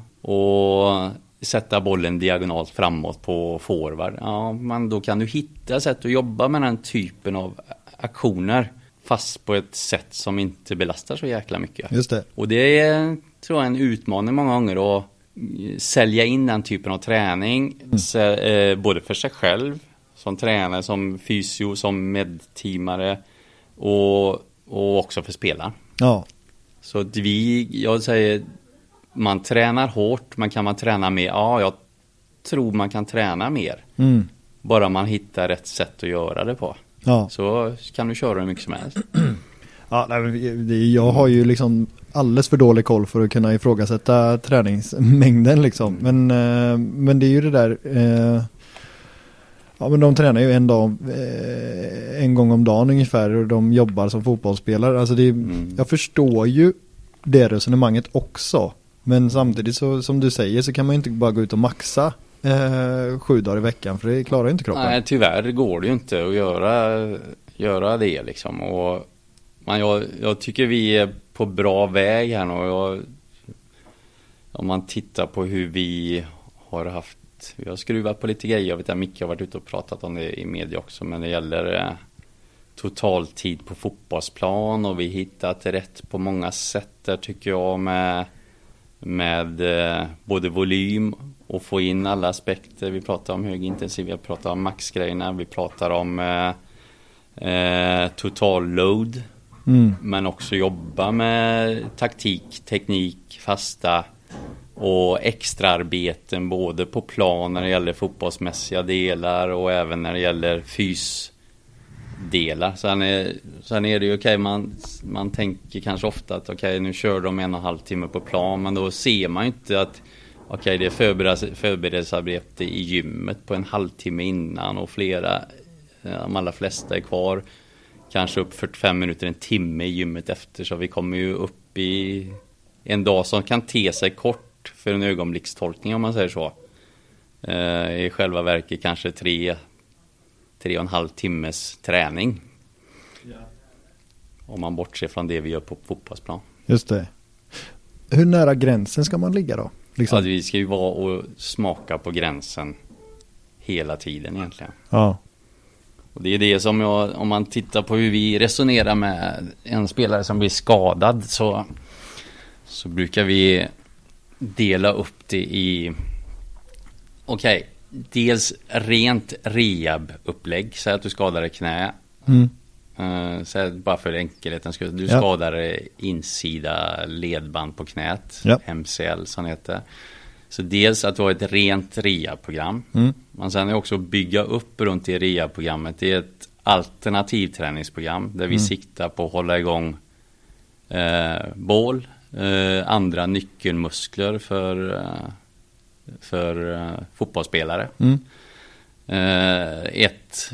att sätta bollen diagonalt framåt på forward? Ja, men då kan du hitta sätt att jobba med den typen av aktioner, fast på ett sätt som inte belastar så jäkla mycket. Just det. Och det är, tror jag, en utmaning många gånger att sälja in den typen av träning, både för sig själv som tränare, som fysio, som medteamare, och också för spelare. Ja. Så att jag säger, man tränar hårt, men kan man träna mer? Ja, jag tror man kan träna mer. Bara man hittar rätt sätt att göra det på. Ja. Så kan du köra hur mycket som helst. Ja, jag har ju liksom alldeles för dålig koll för att kunna ifrågasätta träningsmängden liksom. Men det är ju det där... Ja, men de tränar ju en gång om dagen ungefär, och de jobbar som fotbollsspelare. Alltså jag förstår ju det resonemanget också. Men samtidigt så, som du säger, så kan man ju inte bara gå ut och maxa 7 dagar i veckan, för det klarar inte kroppen. Nej, tyvärr går det ju inte att göra det liksom. Och jag tycker vi är på bra väg här nu. Om man tittar på hur vi har skruvat på lite grejer. Jag vet att Micke har varit ute och pratat om det i media också, men det gäller totaltid på fotbollsplan, och vi hittat rätt på många sätt där, tycker jag, med både volym och få in alla aspekter. Vi pratar om högintensiv, vi pratar om maxgrejerna, vi pratar om total load, men också jobba med taktik, teknik, fasta och extraarbeten både på plan när det gäller fotbollsmässiga delar och även när det gäller fysdelar. Sen är det ju okej, man tänker kanske ofta att okej, nu kör de 1,5 timme på plan, men då ser man ju inte att okej, det är förberedelsearbete i gymmet på 1,5 timme innan och flera De allra flesta är kvar kanske upp 45 minuter, en timme i gymmet efter. Så vi kommer ju upp i en dag som kan te sig kort för en ögonblickstolkning, om man säger så. I själva verket kanske 3,5 timmes träning. Om man bortser från det vi gör på fotbollsplan. Just det. Hur nära gränsen ska man ligga då? Liksom? Vi ska ju vara och smaka på gränsen hela tiden egentligen. Ja. Och det är det som om man tittar på hur vi resonerar med en spelare som blir skadad, så brukar vi dela upp det i dels rent rehab-upplägg. Säg att du skadar ett knä. Så bara för enkelhetens skull. Du skadar insida ledband på knät. MCL som heter. Så dels att du har ett rent rehab-program. Men sen är också att bygga upp runt i rehab-programmet. Det är ett alternativträningsprogram där vi siktar på att hålla igång bål, andra nyckelmuskler för fotbollsspelare. Ett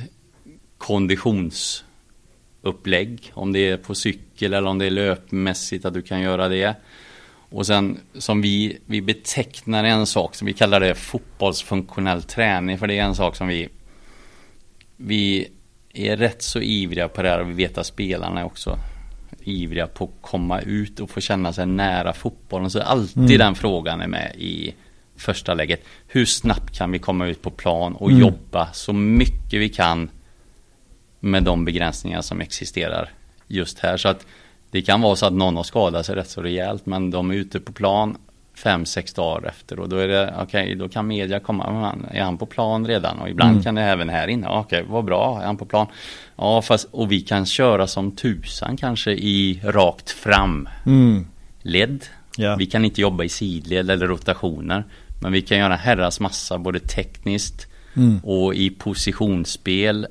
konditionsupplägg, om det är på cykel eller om det är löpmässigt, att du kan göra det. Och sen som vi betecknar en sak som vi kallar det fotbollsfunktionell träning, för det är en sak som vi är rätt så ivriga på det här, och vi vet att spelarna är också ivriga på att komma ut och få känna sig nära fotbollen. Så alltid den frågan är med i första läget. Hur snabbt kan vi komma ut på plan och jobba så mycket vi kan med de begränsningar som existerar just här. Så att det kan vara så att någon har skadat sig rätt så rejält, men de är ute på plan 5-6 dagar efter, och då är det då kan media komma, är han på plan redan? Och ibland kan det även här inne, vad bra, är han på plan? Ja, och vi kan köra som tusan kanske i rakt fram led. Vi kan inte jobba i sidled eller rotationer, men vi kan göra herras massa både tekniskt och i positionsspel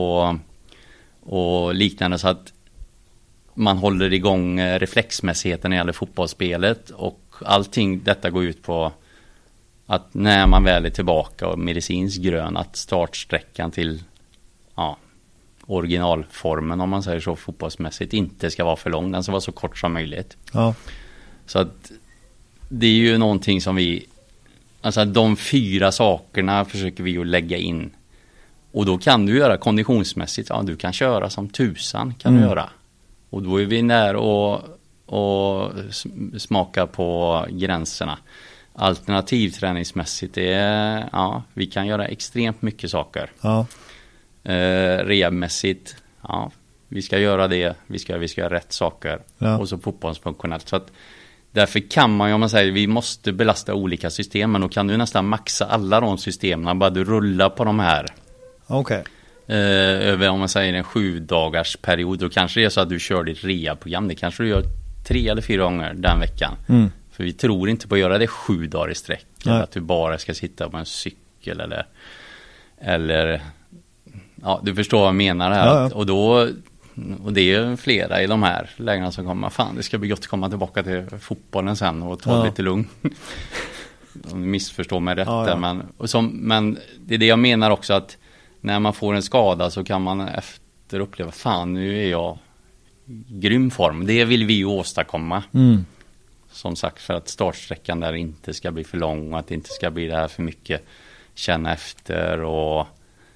och liknande, så att man håller igång reflexmässigheten när det gäller fotbollsspelet, och allting detta går ut på att när man väl är tillbaka och medicinskt grön, att startsträckan till originalformen, om man säger så, fotbollsmässigt inte ska vara för lång, den ska vara så kort som möjligt. Så att det är ju någonting som de 4 sakerna försöker vi att lägga in, och då kan du göra konditionsmässigt, du kan köra som tusan kan du göra. Och då är vi nära och smaka på gränserna. Alternativträningsmässigt vi kan göra extremt mycket saker. Rehabmässigt, vi ska göra det, vi ska göra rätt saker. Och så fotbollsfunktionellt. Så att därför kan man ju, om man säger, vi måste belasta olika system, men då kan du nästan maxa alla de systemen, bara du rullar på de här. Över, om man säger, en 7 dagars period, då kanske det är så att du kör ditt rehabprogram, det kanske du gör 3 eller 4 gånger den veckan. För vi tror inte på att göra det 7 dagar i sträck, eller att du bara ska sitta på en cykel eller du förstår vad jag menar här. Och det är flera i de här lägena som kommer, fan det ska bli gott att komma tillbaka till fotbollen sen och ta lite lugn. De missförstår mig rätt där, men det är det jag menar också, att när man får en skada så kan man efter uppleva, fan nu är jag grym form. Det vill vi ju åstadkomma. Som sagt, för att startsträckan där inte ska bli för lång och att det inte ska bli det här för mycket känna efter och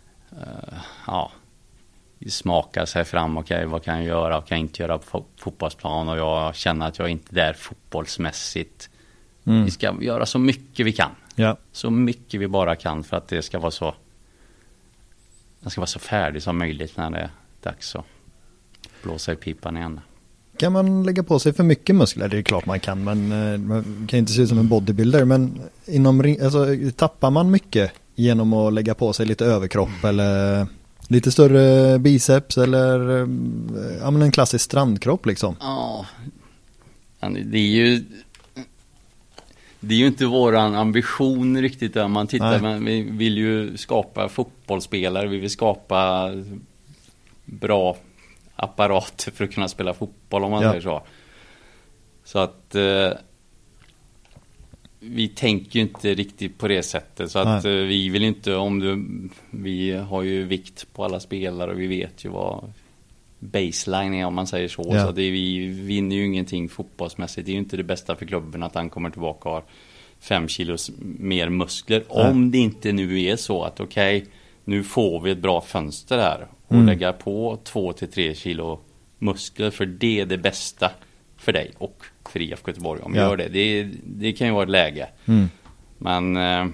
smaka sig fram. Vad kan jag göra? Vad kan jag inte göra på fotbollsplan? Och jag känner att jag inte är där fotbollsmässigt. Vi ska göra så mycket vi kan. Så mycket vi bara kan, för att det ska vara så färdig som möjligt när det är dags att blåsa i pipan igen. Kan man lägga på sig för mycket muskler? Det är klart man kan, men man kan inte se ut som en bodybuilder. Men tappar man mycket genom att lägga på sig lite överkropp eller lite större biceps eller en klassisk strandkropp liksom? Ja, det är ju inte våran ambition riktigt där man tittar. Men vi vill ju skapa fotbollsspelare. Vi vill skapa bra apparater för att kunna spela fotboll, om man säger så. Så att vi tänker ju inte riktigt på det sättet. Så att vi vill inte, vi har ju vikt på alla spelare och vi vet ju vad baseline är, om man säger så. Ja. Så att vi vinner ju ingenting fotbollsmässigt. Det är ju inte det bästa för klubben att han kommer tillbaka och har 5 kilos mer muskler. Om det inte nu är så att nu får vi ett bra fönster här och lägga på 2-3 kilo muskler, för det är det bästa för dig och för IFK Göteborg om vi gör det. Det kan ju vara ett läge. Men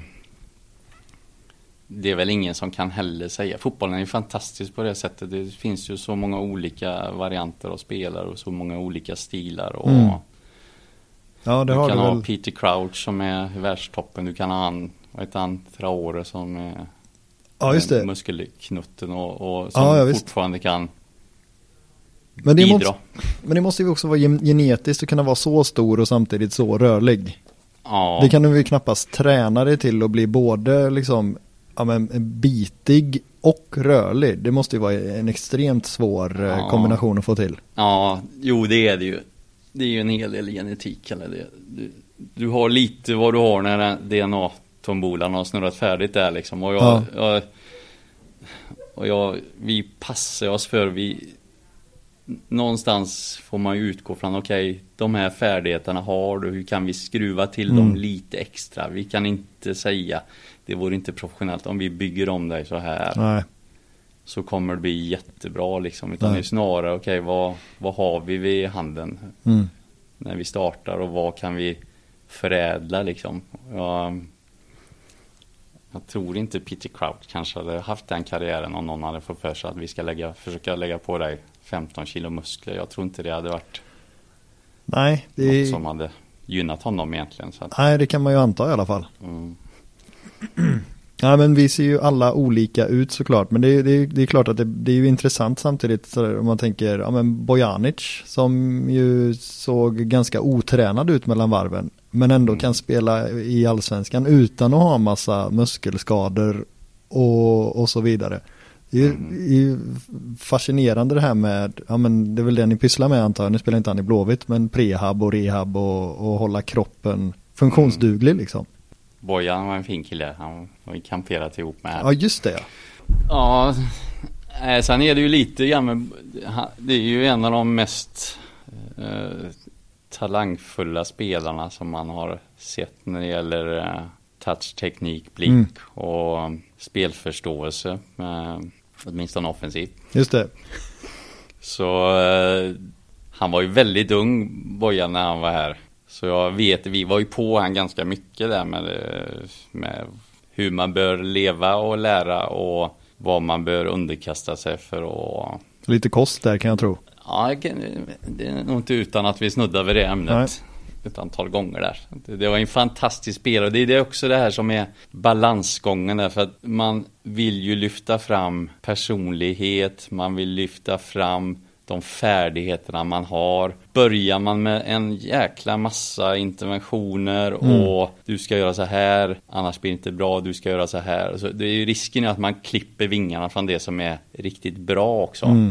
det är väl ingen som kan heller säga. Fotbollen är ju fantastisk på det sättet. Det finns ju så många olika varianter av spelare och så många olika stilar. Och ja, det du har kan du ha väl. Peter Crouch som är i världstoppen. Du kan ha Traore som är muskelknutten och som fortfarande kan bidra. Men det måste ju också vara genetiskt att kunna vara så stor och samtidigt så rörlig. Ja. Det kan du ju knappast träna dig till att bli både liksom bitig och rörlig. Det måste ju vara en extremt svår kombination att få till. Ja, jo det är det ju. Det är ju en hel del genetik. Eller det. Du har lite vad du har när DNA-tombolan har snurrat färdigt där liksom. Vi passar oss för någonstans får man ju utgå från de här färdigheterna har du, hur kan vi skruva till dem lite extra? Vi kan inte säga, det vore inte professionellt om vi bygger om dig så här. Nej. Så kommer det bli jättebra liksom, utan det är snarare vad har vi vid handen när vi startar och vad kan vi förädla liksom. Jag tror inte Peter Crouch kanske hade haft den karriären om någon hade fått för sig att vi ska försöka lägga på dig 15 kilo muskler. Jag tror inte det hade varit något som hade gynnat honom egentligen. Så att... Nej, det kan man ju anta i alla fall. Ja, men vi ser ju alla olika ut såklart. Men det är klart att det är ju intressant samtidigt så om man tänker, Bojanic som ju såg ganska otränad ut mellan varven. Men ändå kan spela i allsvenskan utan att ha massa muskelskador och så vidare. Det är ju fascinerande det här med, det är väl det ni pysslar med antar jag. Ni spelar inte han i Blåvitt, men prehab och rehab och hålla kroppen funktionsduglig liksom. Bojan var en fin kille, han var ju kamperat ihop med. Ja, just det. Ja, sen är det ju lite grann, det är ju en av de mest talangfulla spelarna som man har sett när det gäller touchteknik, blick och spelförståelse, åtminstone offensivt. Just det. Så han var ju väldigt ung, Bojan, när han var här. Så jag vet, vi var ju på han ganska mycket där med hur man bör leva och lära och vad man bör underkasta sig för att... Lite kost där kan jag tro. Ja, det är nog inte utan att vi snuddar vid det ämnet ett antal gånger där. Det var en fantastisk spelare och det är också det här som är balansgången där, för att man vill ju lyfta fram personlighet, man vill lyfta fram de färdigheterna man har. Börjar man med en jäkla massa interventioner och du ska göra så här, annars blir det inte bra, du ska göra så här. Så det är ju risken att man klipper vingarna från det som är riktigt bra också.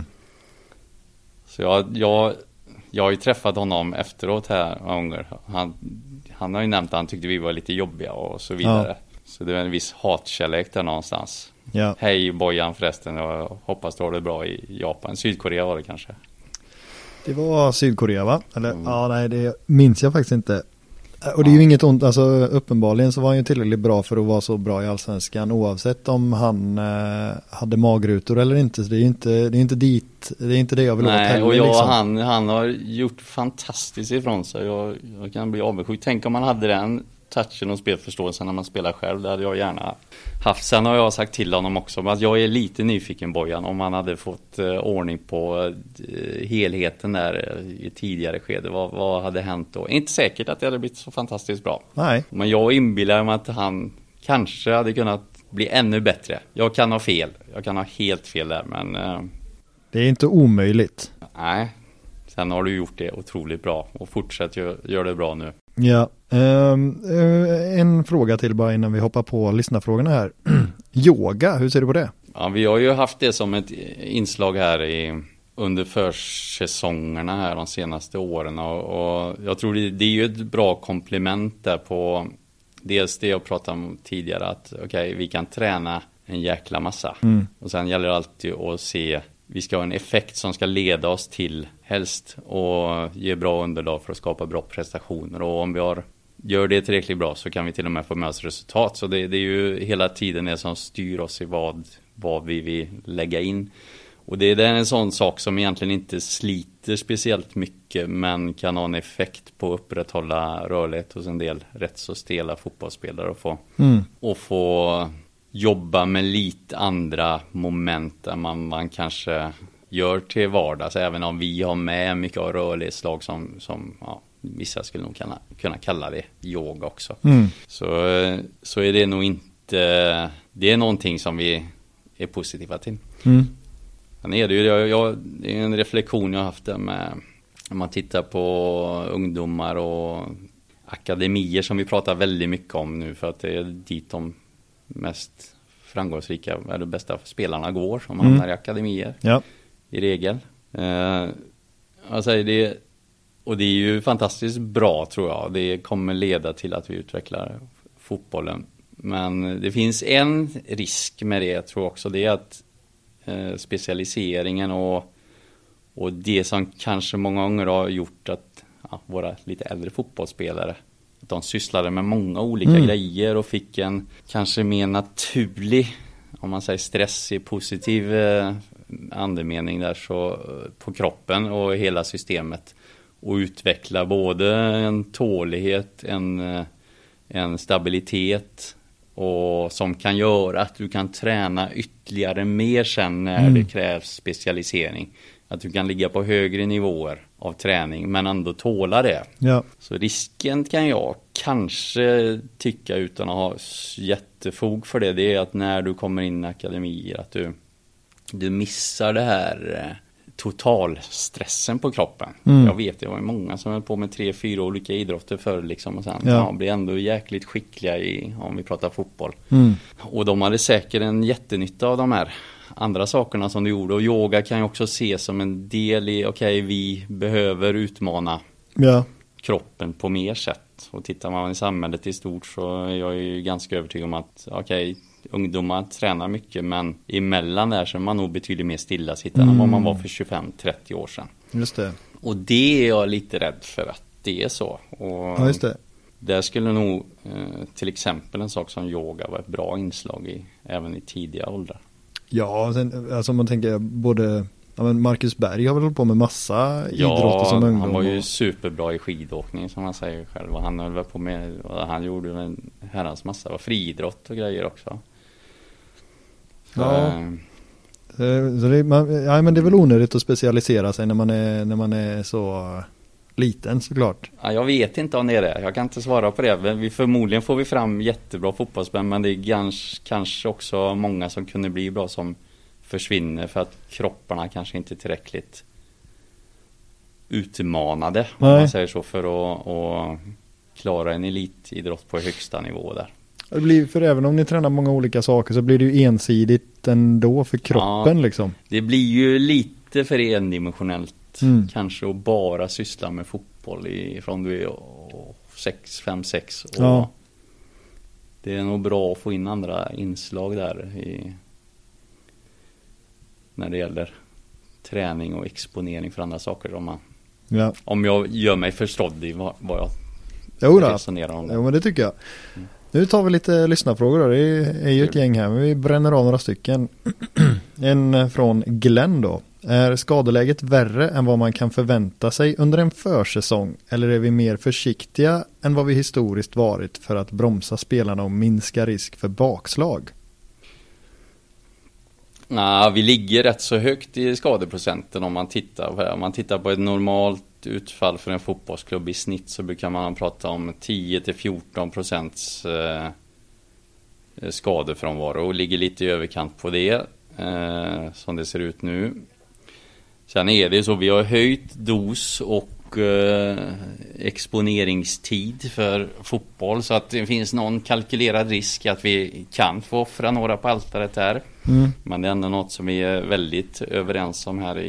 Så jag har ju träffat honom efteråt här gånger. Han har ju nämnt att han tyckte vi var lite jobbiga och så vidare. Ja. Så det är en viss hatkärlek där någonstans. Ja. Hej Bojan förresten, jag hoppas du har det bra i Japan. Sydkorea var det kanske. Det var Sydkorea va? Eller nej, det minns jag faktiskt inte. Och det är ju inget ont, alltså uppenbarligen så var han ju tillräckligt bra för att vara så bra i allsvenskan oavsett om han hade magrutor eller inte. Så det är inte det jag vill åt heller. Och liksom. han har gjort fantastiskt ifrån sig. Jag kan bli avundsjuk. Tänk om man hade den touchen och spelförståelsen när man spelar själv. Det hade jag gärna haft. Sen har jag sagt till honom också att jag är lite nyfiken, Bojan, om han hade fått ordning på helheten där i tidigare skede. Vad hade hänt då? Inte säkert att det hade blivit så fantastiskt bra. Nej. Men jag inbillar mig att han kanske hade kunnat bli ännu bättre. Jag kan ha fel. Jag kan ha helt fel där, men... Det är inte omöjligt. Nej. Sen har du gjort det otroligt bra och fortsätt gör det bra nu. Ja, en fråga till bara innan vi hoppar på lyssnarfrågorna här. Yoga, hur ser du på det? Ja, vi har ju haft det som ett inslag här under försäsongerna här de senaste åren och jag tror det är ju ett bra komplement där på dels det jag pratade om tidigare, att vi kan träna en jäkla massa. Och sen gäller det alltid att se, vi ska ha en effekt som ska leda oss till helst och ge bra underlag för att skapa bra prestationer. Och om vi gör det tillräckligt bra så kan vi till och med få med oss resultat. Så det är ju hela tiden det som styr oss i vad vi vill lägga in. Och det är en sån sak som egentligen inte sliter speciellt mycket, men kan ha en effekt på att upprätthålla rörlighet hos en del rätt så stela fotbollsspelare och få jobba med lite andra moment än man kanske gör till vardags, även om vi har med mycket av rörlighetslag som vissa skulle nog kunna kalla det yoga också. Så är det nog inte, det är någonting som vi är positiva till. Sen är det ju det är en reflektion jag har haft där med, när man tittar på ungdomar och akademier som vi pratar väldigt mycket om nu, för att det är dit de mest framgångsrika, de bästa spelarna går, som hamnar i akademier i regel. Alltså och det är ju fantastiskt bra, tror jag. Det kommer leda till att vi utvecklar fotbollen. Men det finns en risk med det, jag tror också, det är att specialiseringen och det som kanske många gånger har gjort att våra lite äldre fotbollsspelare, att de sysslade med många olika grejer och fick en kanske mer naturlig, om man säger stress i positiv andemening där, så på kroppen och hela systemet, och utveckla både en tålighet, en stabilitet, och som kan göra att du kan träna ytterligare mer sen när det krävs specialisering. Att du kan ligga på högre nivåer av träning men ändå tåla det. Ja. Så risken kan jag kanske tycka, utan att ha jättefog för det är att när du kommer in i akademier, att du missar det här totalstressen på kroppen. Jag vet, det var ju många som höll på med 3-4 olika idrotter förr liksom, och sen blir ändå jäkligt skickliga om vi pratar fotboll. Och de hade säkert en jättenytta av de här andra sakerna som du gjorde, och yoga kan ju också ses som en del i, vi behöver utmana kroppen på mer sätt. Och tittar man i samhället i stort, så är jag ju ganska övertygad om att ungdomar tränar mycket, men emellan där så är man nog betydligt mer stillasittande än vad man var för 25-30 år sedan. Just det. Och det är jag lite rädd för att det är så. Och just det. Där skulle nog till exempel en sak som yoga vara ett bra inslag även i tidiga åldrar. Ja, sen, alltså man tänker både Marcus Berg har väl hållit på med massa idrotter som ungdom. Han var ju superbra i skidåkning, som han säger själv, och han höll väl på med, han gjorde en herrans massa friidrott och grejer också. Så men det är väl onödigt att specialisera sig när man är så liten, såklart. Ja, jag vet inte om det är det. Jag kan inte svara på det. Förmodligen får vi fram jättebra fotbollsspelare, men det är kanske också många som kunde bli bra som försvinner för att kropparna kanske inte är tillräckligt utmanade, om man säger så, för att klara en elitidrott på högsta nivå där. Det blir, för även om ni tränar många olika saker så blir det ju ensidigt ändå för kroppen liksom. Det blir ju lite för endimensionellt kanske att bara syssla med fotboll från du är 5-6 år. Det är nog bra att få in andra inslag där när det gäller träning och exponering för andra saker. Om jag gör mig förstådd i vad jag resonerar om det. Jo, men det tycker jag. Nu tar vi lite lyssnarfrågor då. Det är ju ett gäng här, men vi bränner av några stycken. En från Glenn då. Är skadeläget värre än vad man kan förvänta sig under en försäsong, eller är vi mer försiktiga än vad vi historiskt varit för att bromsa spelarna och minska risk för bakslag? Vi ligger rätt så högt i skadeprocenten om man tittar på ett normalt utfall för en fotbollsklubb i snitt, så brukar man prata om 10-14% skadefrånvaro, och ligger lite i överkant på det som det ser ut nu. Sen är det så, vi har höjt dos och exponeringstid för fotboll, så att det finns någon kalkylerad risk att vi kan få offra några på altaret där. Men det är ändå något som vi är väldigt överens om här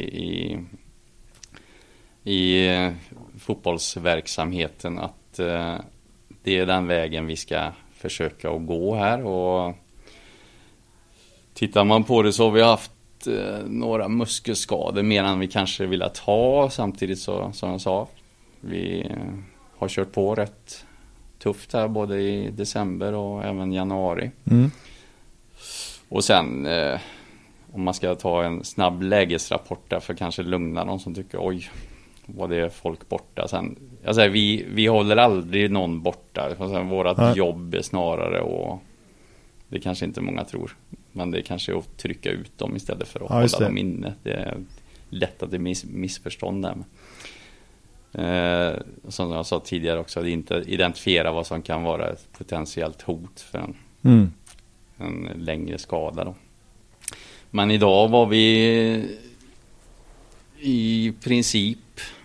i fotbollsverksamheten, att det är den vägen vi ska försöka att gå här. Och tittar man på det så har vi haft några muskelskador mer än vi kanske vill ha. Samtidigt så, som jag sa, vi har kört på rätt tufft här både i december och även januari. Och sen om man ska ta en snabb lägesrapport där för kanske lugna någon som tycker oj, vad det är folk borta. Sen, jag säger, vi håller aldrig någon borta. Vårat jobb är snarare, och det kanske inte många tror, men det kanske är att trycka ut dem istället för att hålla dem inne. Det är lätt att det är missförstånd där. Som jag sa tidigare också, att inte identifiera vad som kan vara ett potentiellt hot för en längre skada då. Men idag var vi i princip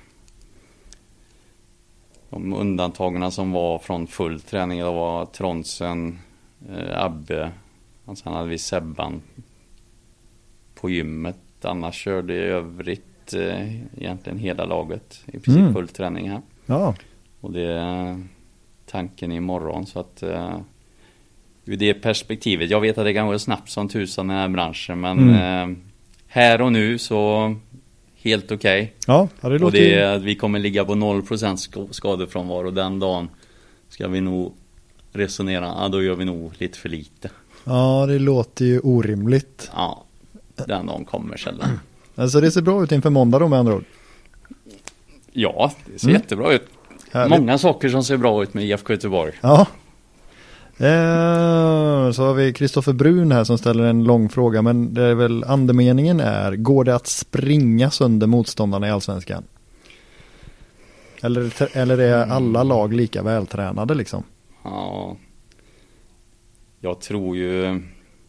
de undantagna som var från full träning. Det var Tronsen, Abbe, och sen hade vi Sebban på gymmet. Annars körde i övrigt egentligen hela laget i princip full träning här. Ja. Och det är tanken imorgon, så att ur det perspektivet, jag vet att det kan gå snabbt som tusan i den här branschen, men här och nu så helt okej. Ja, det låter... Och det är att vi kommer ligga på 0% skadefrånvaro. Den dagen ska vi nog resonera, då gör vi nog lite för lite. Ja, det låter ju orimligt. Ja, den dagen kommer sällan. Alltså det ser bra ut inför måndag då med andra ord. Ja, det ser jättebra ut. Härligt. Många saker som ser bra ut med IFK Göteborg. Ja. Så har vi Kristoffer Brun här som ställer en lång fråga, men det är väl andemeningen är: går det att springa sönder motståndarna i Allsvenskan? Eller är alla lag lika vältränade liksom? Ja, jag tror ju...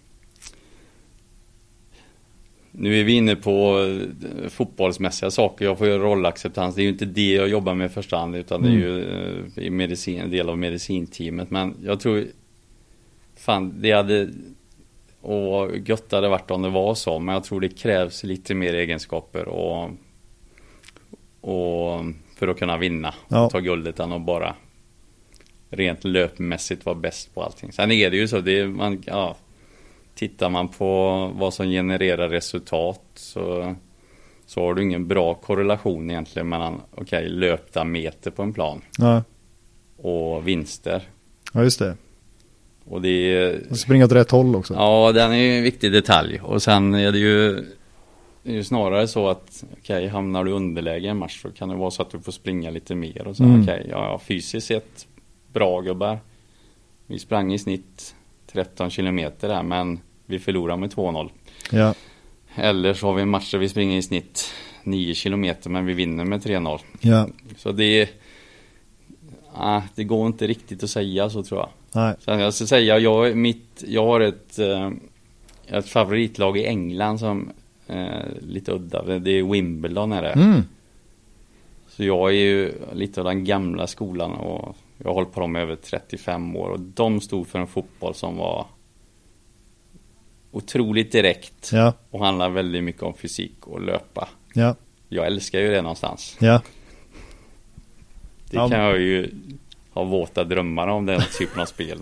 Nu är vi inne på fotbollsmässiga saker. Jag får ju rollacceptans. Det är ju inte det jag jobbar med i första hand, utan det är ju en del av medicinteamet. Men jag tror det hade, och gött hade varit om det var så, men jag tror det krävs lite mer egenskaper och för att kunna vinna och ta guldet än att bara rent löpmässigt vara bäst på allting. Sen är det ju så, tittar man på vad som genererar resultat så har du ingen bra korrelation egentligen mellan löpta meter på en plan och vinster. Ja, just det. Och det är... Och springa åt rätt håll också. Ja, den är ju en viktig detalj. Och sen är det ju snarare så att hamnar du underläge en match så kan det vara så att du får springa lite mer. Och så fysiskt sett bra gubbar. Vi sprang i snitt 13 kilometer där, men vi förlorar med 2-0. Ja. Eller så har vi en match där vi springer i snitt 9 kilometer, men vi vinner med 3-0. Ja. Så det går inte riktigt att säga så, tror jag. Nej. Sen jag ska säga, jag har ett favoritlag i England som lite udda. Det är Wimbledon är det. Så jag är ju lite av den gamla skolan och jag har hållit på dem över 35 år. Och de stod för en fotboll som var otroligt direkt. Ja. Och handlar väldigt mycket om fysik och löpa. Ja. Jag älskar ju det någonstans. Ja. Det kan jag ju ha våta drömmar om, den typen av spel.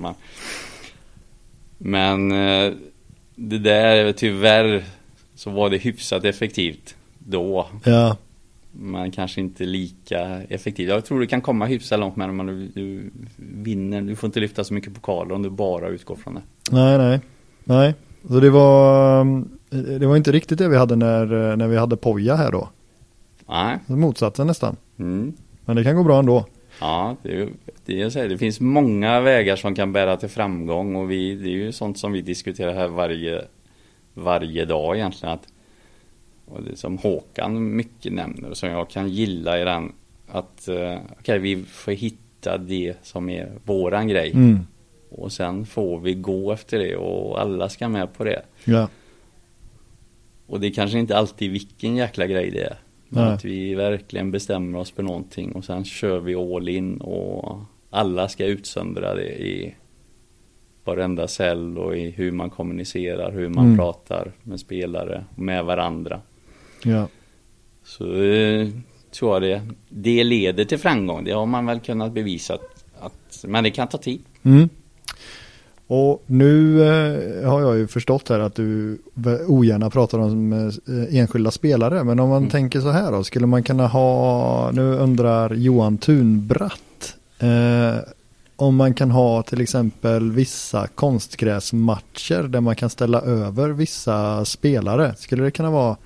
Men det där, tyvärr så var det hyfsat effektivt då. Ja. Men kanske inte lika effektivt. Jag tror du kan komma hyfsat långt med det, men du vinner. Du får inte lyfta så mycket pokaler om du bara utgår från det. Nej. Så det var inte riktigt det vi hade när vi hade Poja här då. Nej. Motsatsen nästan. Men det kan gå bra ändå. Ja, det finns många vägar som kan bära till framgång, och det är ju sånt som vi diskuterar här varje dag egentligen, och det som Håkan mycket nämner och som jag kan gilla i den, att vi får hitta det som är våran grej. Och sen får vi gå efter det, och alla ska med på det. Ja. Och det är kanske inte alltid vilken jäkla grej det är. Men att vi verkligen bestämmer oss för någonting, och sen kör vi all in, och alla ska utsöndra det i varenda cell och i hur man kommunicerar, hur man pratar med spelare och med varandra. Ja. Så tror jag det leder till framgång. Det har man väl kunnat bevisa Men det kan ta tid. Mm. Och nu har jag ju förstått här att du ogärna pratar om enskilda spelare. Men om man tänker så här då, skulle man kunna ha, nu undrar Johan Thunbratt, om man kan ha till exempel vissa konstgräsmatcher där man kan ställa över vissa spelare. Skulle det kunna vara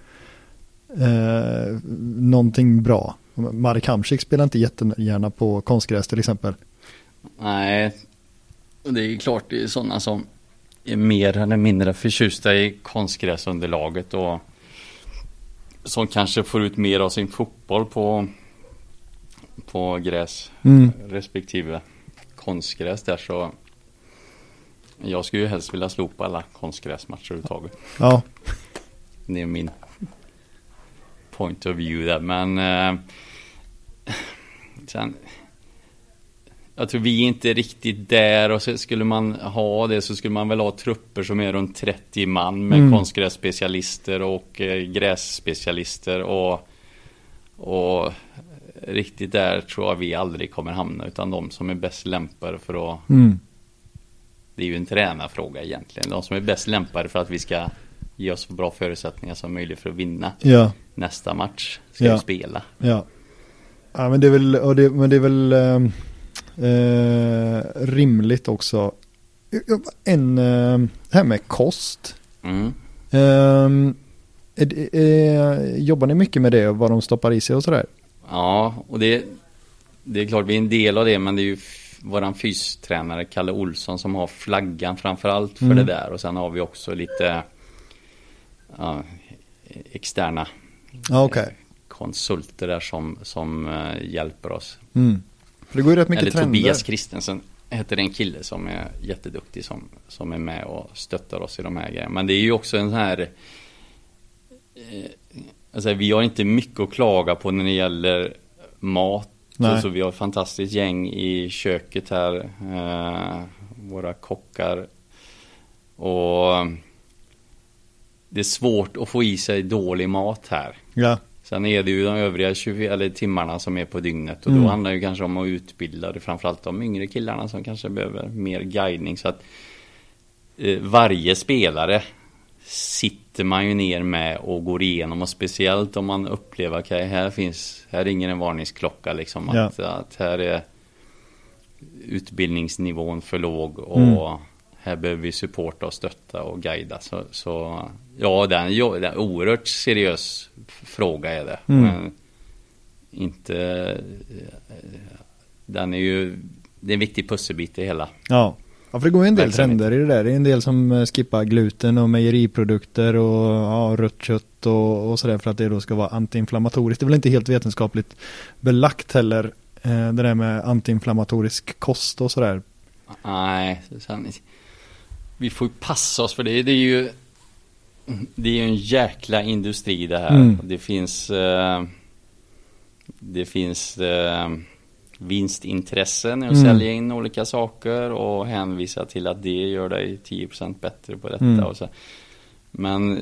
någonting bra? Marek Hamsik spelar inte jättegärna på konstgräs till exempel. Nej, och det är klart det är sådana som är mer eller mindre förtjusta i konstgräsunderlaget och som kanske får ut mer av sin fotboll på gräs respektive konstgräs där, så jag skulle ju helst vilja slå på alla konstgräsmatcher överhuvudtaget. Ja. Det är min point of view där, men sen jag tror vi är inte riktigt där, och så skulle man ha det så skulle man väl ha trupper som är runt 30 man med konstgrässpecialister och grässpecialister och riktigt där tror jag vi aldrig kommer hamna, utan de som är bäst lämpade för att det är ju en tränarfråga egentligen, de som är bäst lämpade för att vi ska ge oss så bra förutsättningar som möjligt för att vinna nästa match ska vi spela. Ja, men det är väl rimligt också. Här med kost. Jobbar ni mycket med det och vad de stoppar i sig och sådär? Ja, och det är klart vi är en del av det, men det är ju våran fystränare Kalle Olsson som har flaggan framförallt för det där, och sen har vi också lite externa konsulter där som hjälper oss. För det går ju rätt mycket eller trender. Tobias Kristensen heter en kille som är jätteduktig som är med och stöttar oss i de här grejerna. Men det är ju också en sån här alltså vi har inte mycket att klaga på när det gäller mat. Så vi har ett fantastiskt gäng i köket här, våra kockar, och det är svårt att få i sig dålig mat här. Ja. Sen är det ju de övriga 20 eller timmarna som är på dygnet, och då handlar det ju kanske om att utbilda det, framförallt de yngre killarna som kanske behöver mer guidning, så att varje spelare sitter man ju ner med och går igenom, och speciellt om man upplever att här ringer en varningsklocka liksom, att här är utbildningsnivån för låg och här behöver vi supporta och stötta och guida, så ja, det är en oerhört seriös fråga är det, men inte den är ju, det är en viktig pusselbit i hela. Ja, för det går en del trender i det där. Det är en del som skippar gluten och mejeriprodukter och rött kött och sådär, för att det då ska vara antiinflammatoriskt. Det är väl inte helt vetenskapligt belagt heller, det där med antiinflammatorisk kost och sådär. Nej, vi får ju passa oss för det. Det är ju en jäkla industri det här. Det finns vinstintressen att sälja in olika saker och hänvisa till att det gör dig 10% bättre på detta och så. Men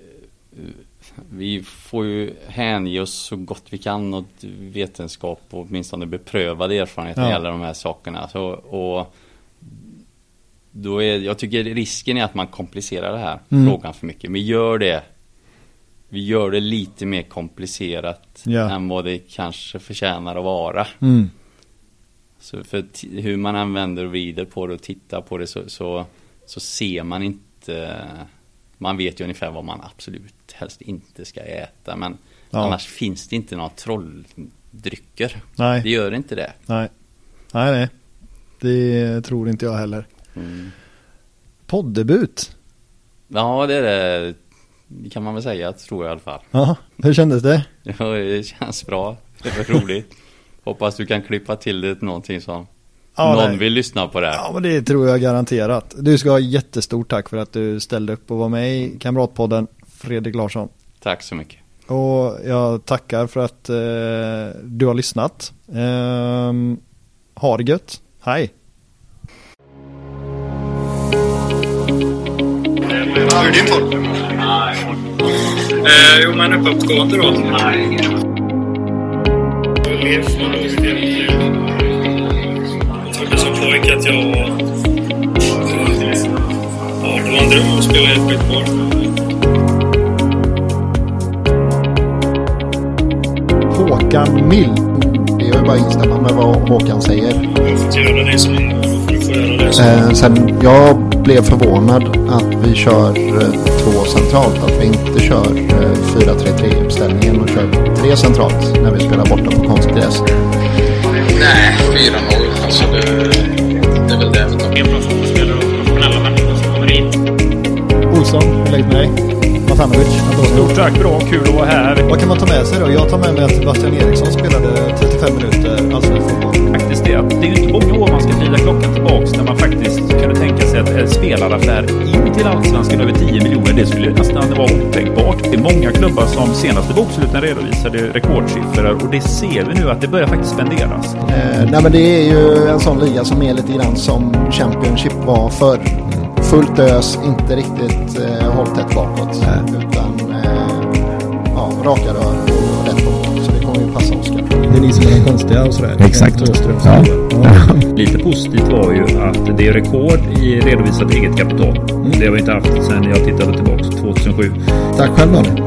vi får ju hänge oss så gott vi kan åt vetenskap och åtminstone beprövad erfarenhet när det gäller de här sakerna. Och då jag tycker risken är att man komplicerar det här frågan för mycket. Vi gör det lite mer komplicerat än vad det kanske förtjänar att vara. Så för hur man använder och vrider på det och tittar på det så ser man inte, man vet ju ungefär vad man absolut helst inte ska äta, men annars finns det inte några trolldrycker. Nej. Det gör inte det. Nej. Det tror inte jag heller. Poddebut. Ja, det är det. Det kan man väl säga, tror jag i alla fall. Ja, hur kändes det? Ja, det känns bra. Det var roligt. Hoppas du kan klippa till det någonting som någon vill lyssna på det här. Ja, men det tror jag garanterat. Du ska ha jättestort tack för att du ställde upp och var med i Kamratpodden, Fredrik Larsson. Tack så mycket. Och jag tackar för att du har lyssnat. Ha det gött. Hej. Hur är din podd? Jo, men uppåtgående då. tänker att det var en dröm att spela i ett skitbar. Håkan Mill. Det är ju bara att instämma med vad Håkan säger. Jag får göra det som du får göra det som. Sen jag blev förvånad att vi kör 2 centralt. Att vi inte kör 4-3-3-uppställningen och kör 3 centralt när vi spelar borta på konstgräs. Nej, 4-0. Alltså det är väl det vi tar. Helt plötsligt spelar de professionella människor som kommer in. Olsson, hur läget med dig? Matanovic, Stort tack, bra, kul att vara här. Vad kan man ta med sig då? Jag tar med mig att Sebastian Eriksson spelade 35 minuter allsvensk fotboll. Faktiskt det är ju inte många år man ska vrida klockan tillbaks när man faktiskt kunde tänka sig att en spelaraffär in till allsvenskan över 10 miljoner, det skulle nästan vara otänkbart. Det är många klubbar som senaste boksluten redovisade rekordsiffror och det ser vi nu att det börjar faktiskt spenderas. Nej, men det är ju en sån liga som är lite grann som Championship var förr. Fullt ös, inte riktigt hållt tätt bakåt. Utan raka rör och rätt på mål. Så det kommer ju passa Oskar. Det är ni som är konstiga och sådär. Exakt. Ja. Lite positivt var ju att det är rekord i redovisat eget kapital. Det har vi inte haft sedan jag tittade tillbaka 2007. Tack själv, Daniel.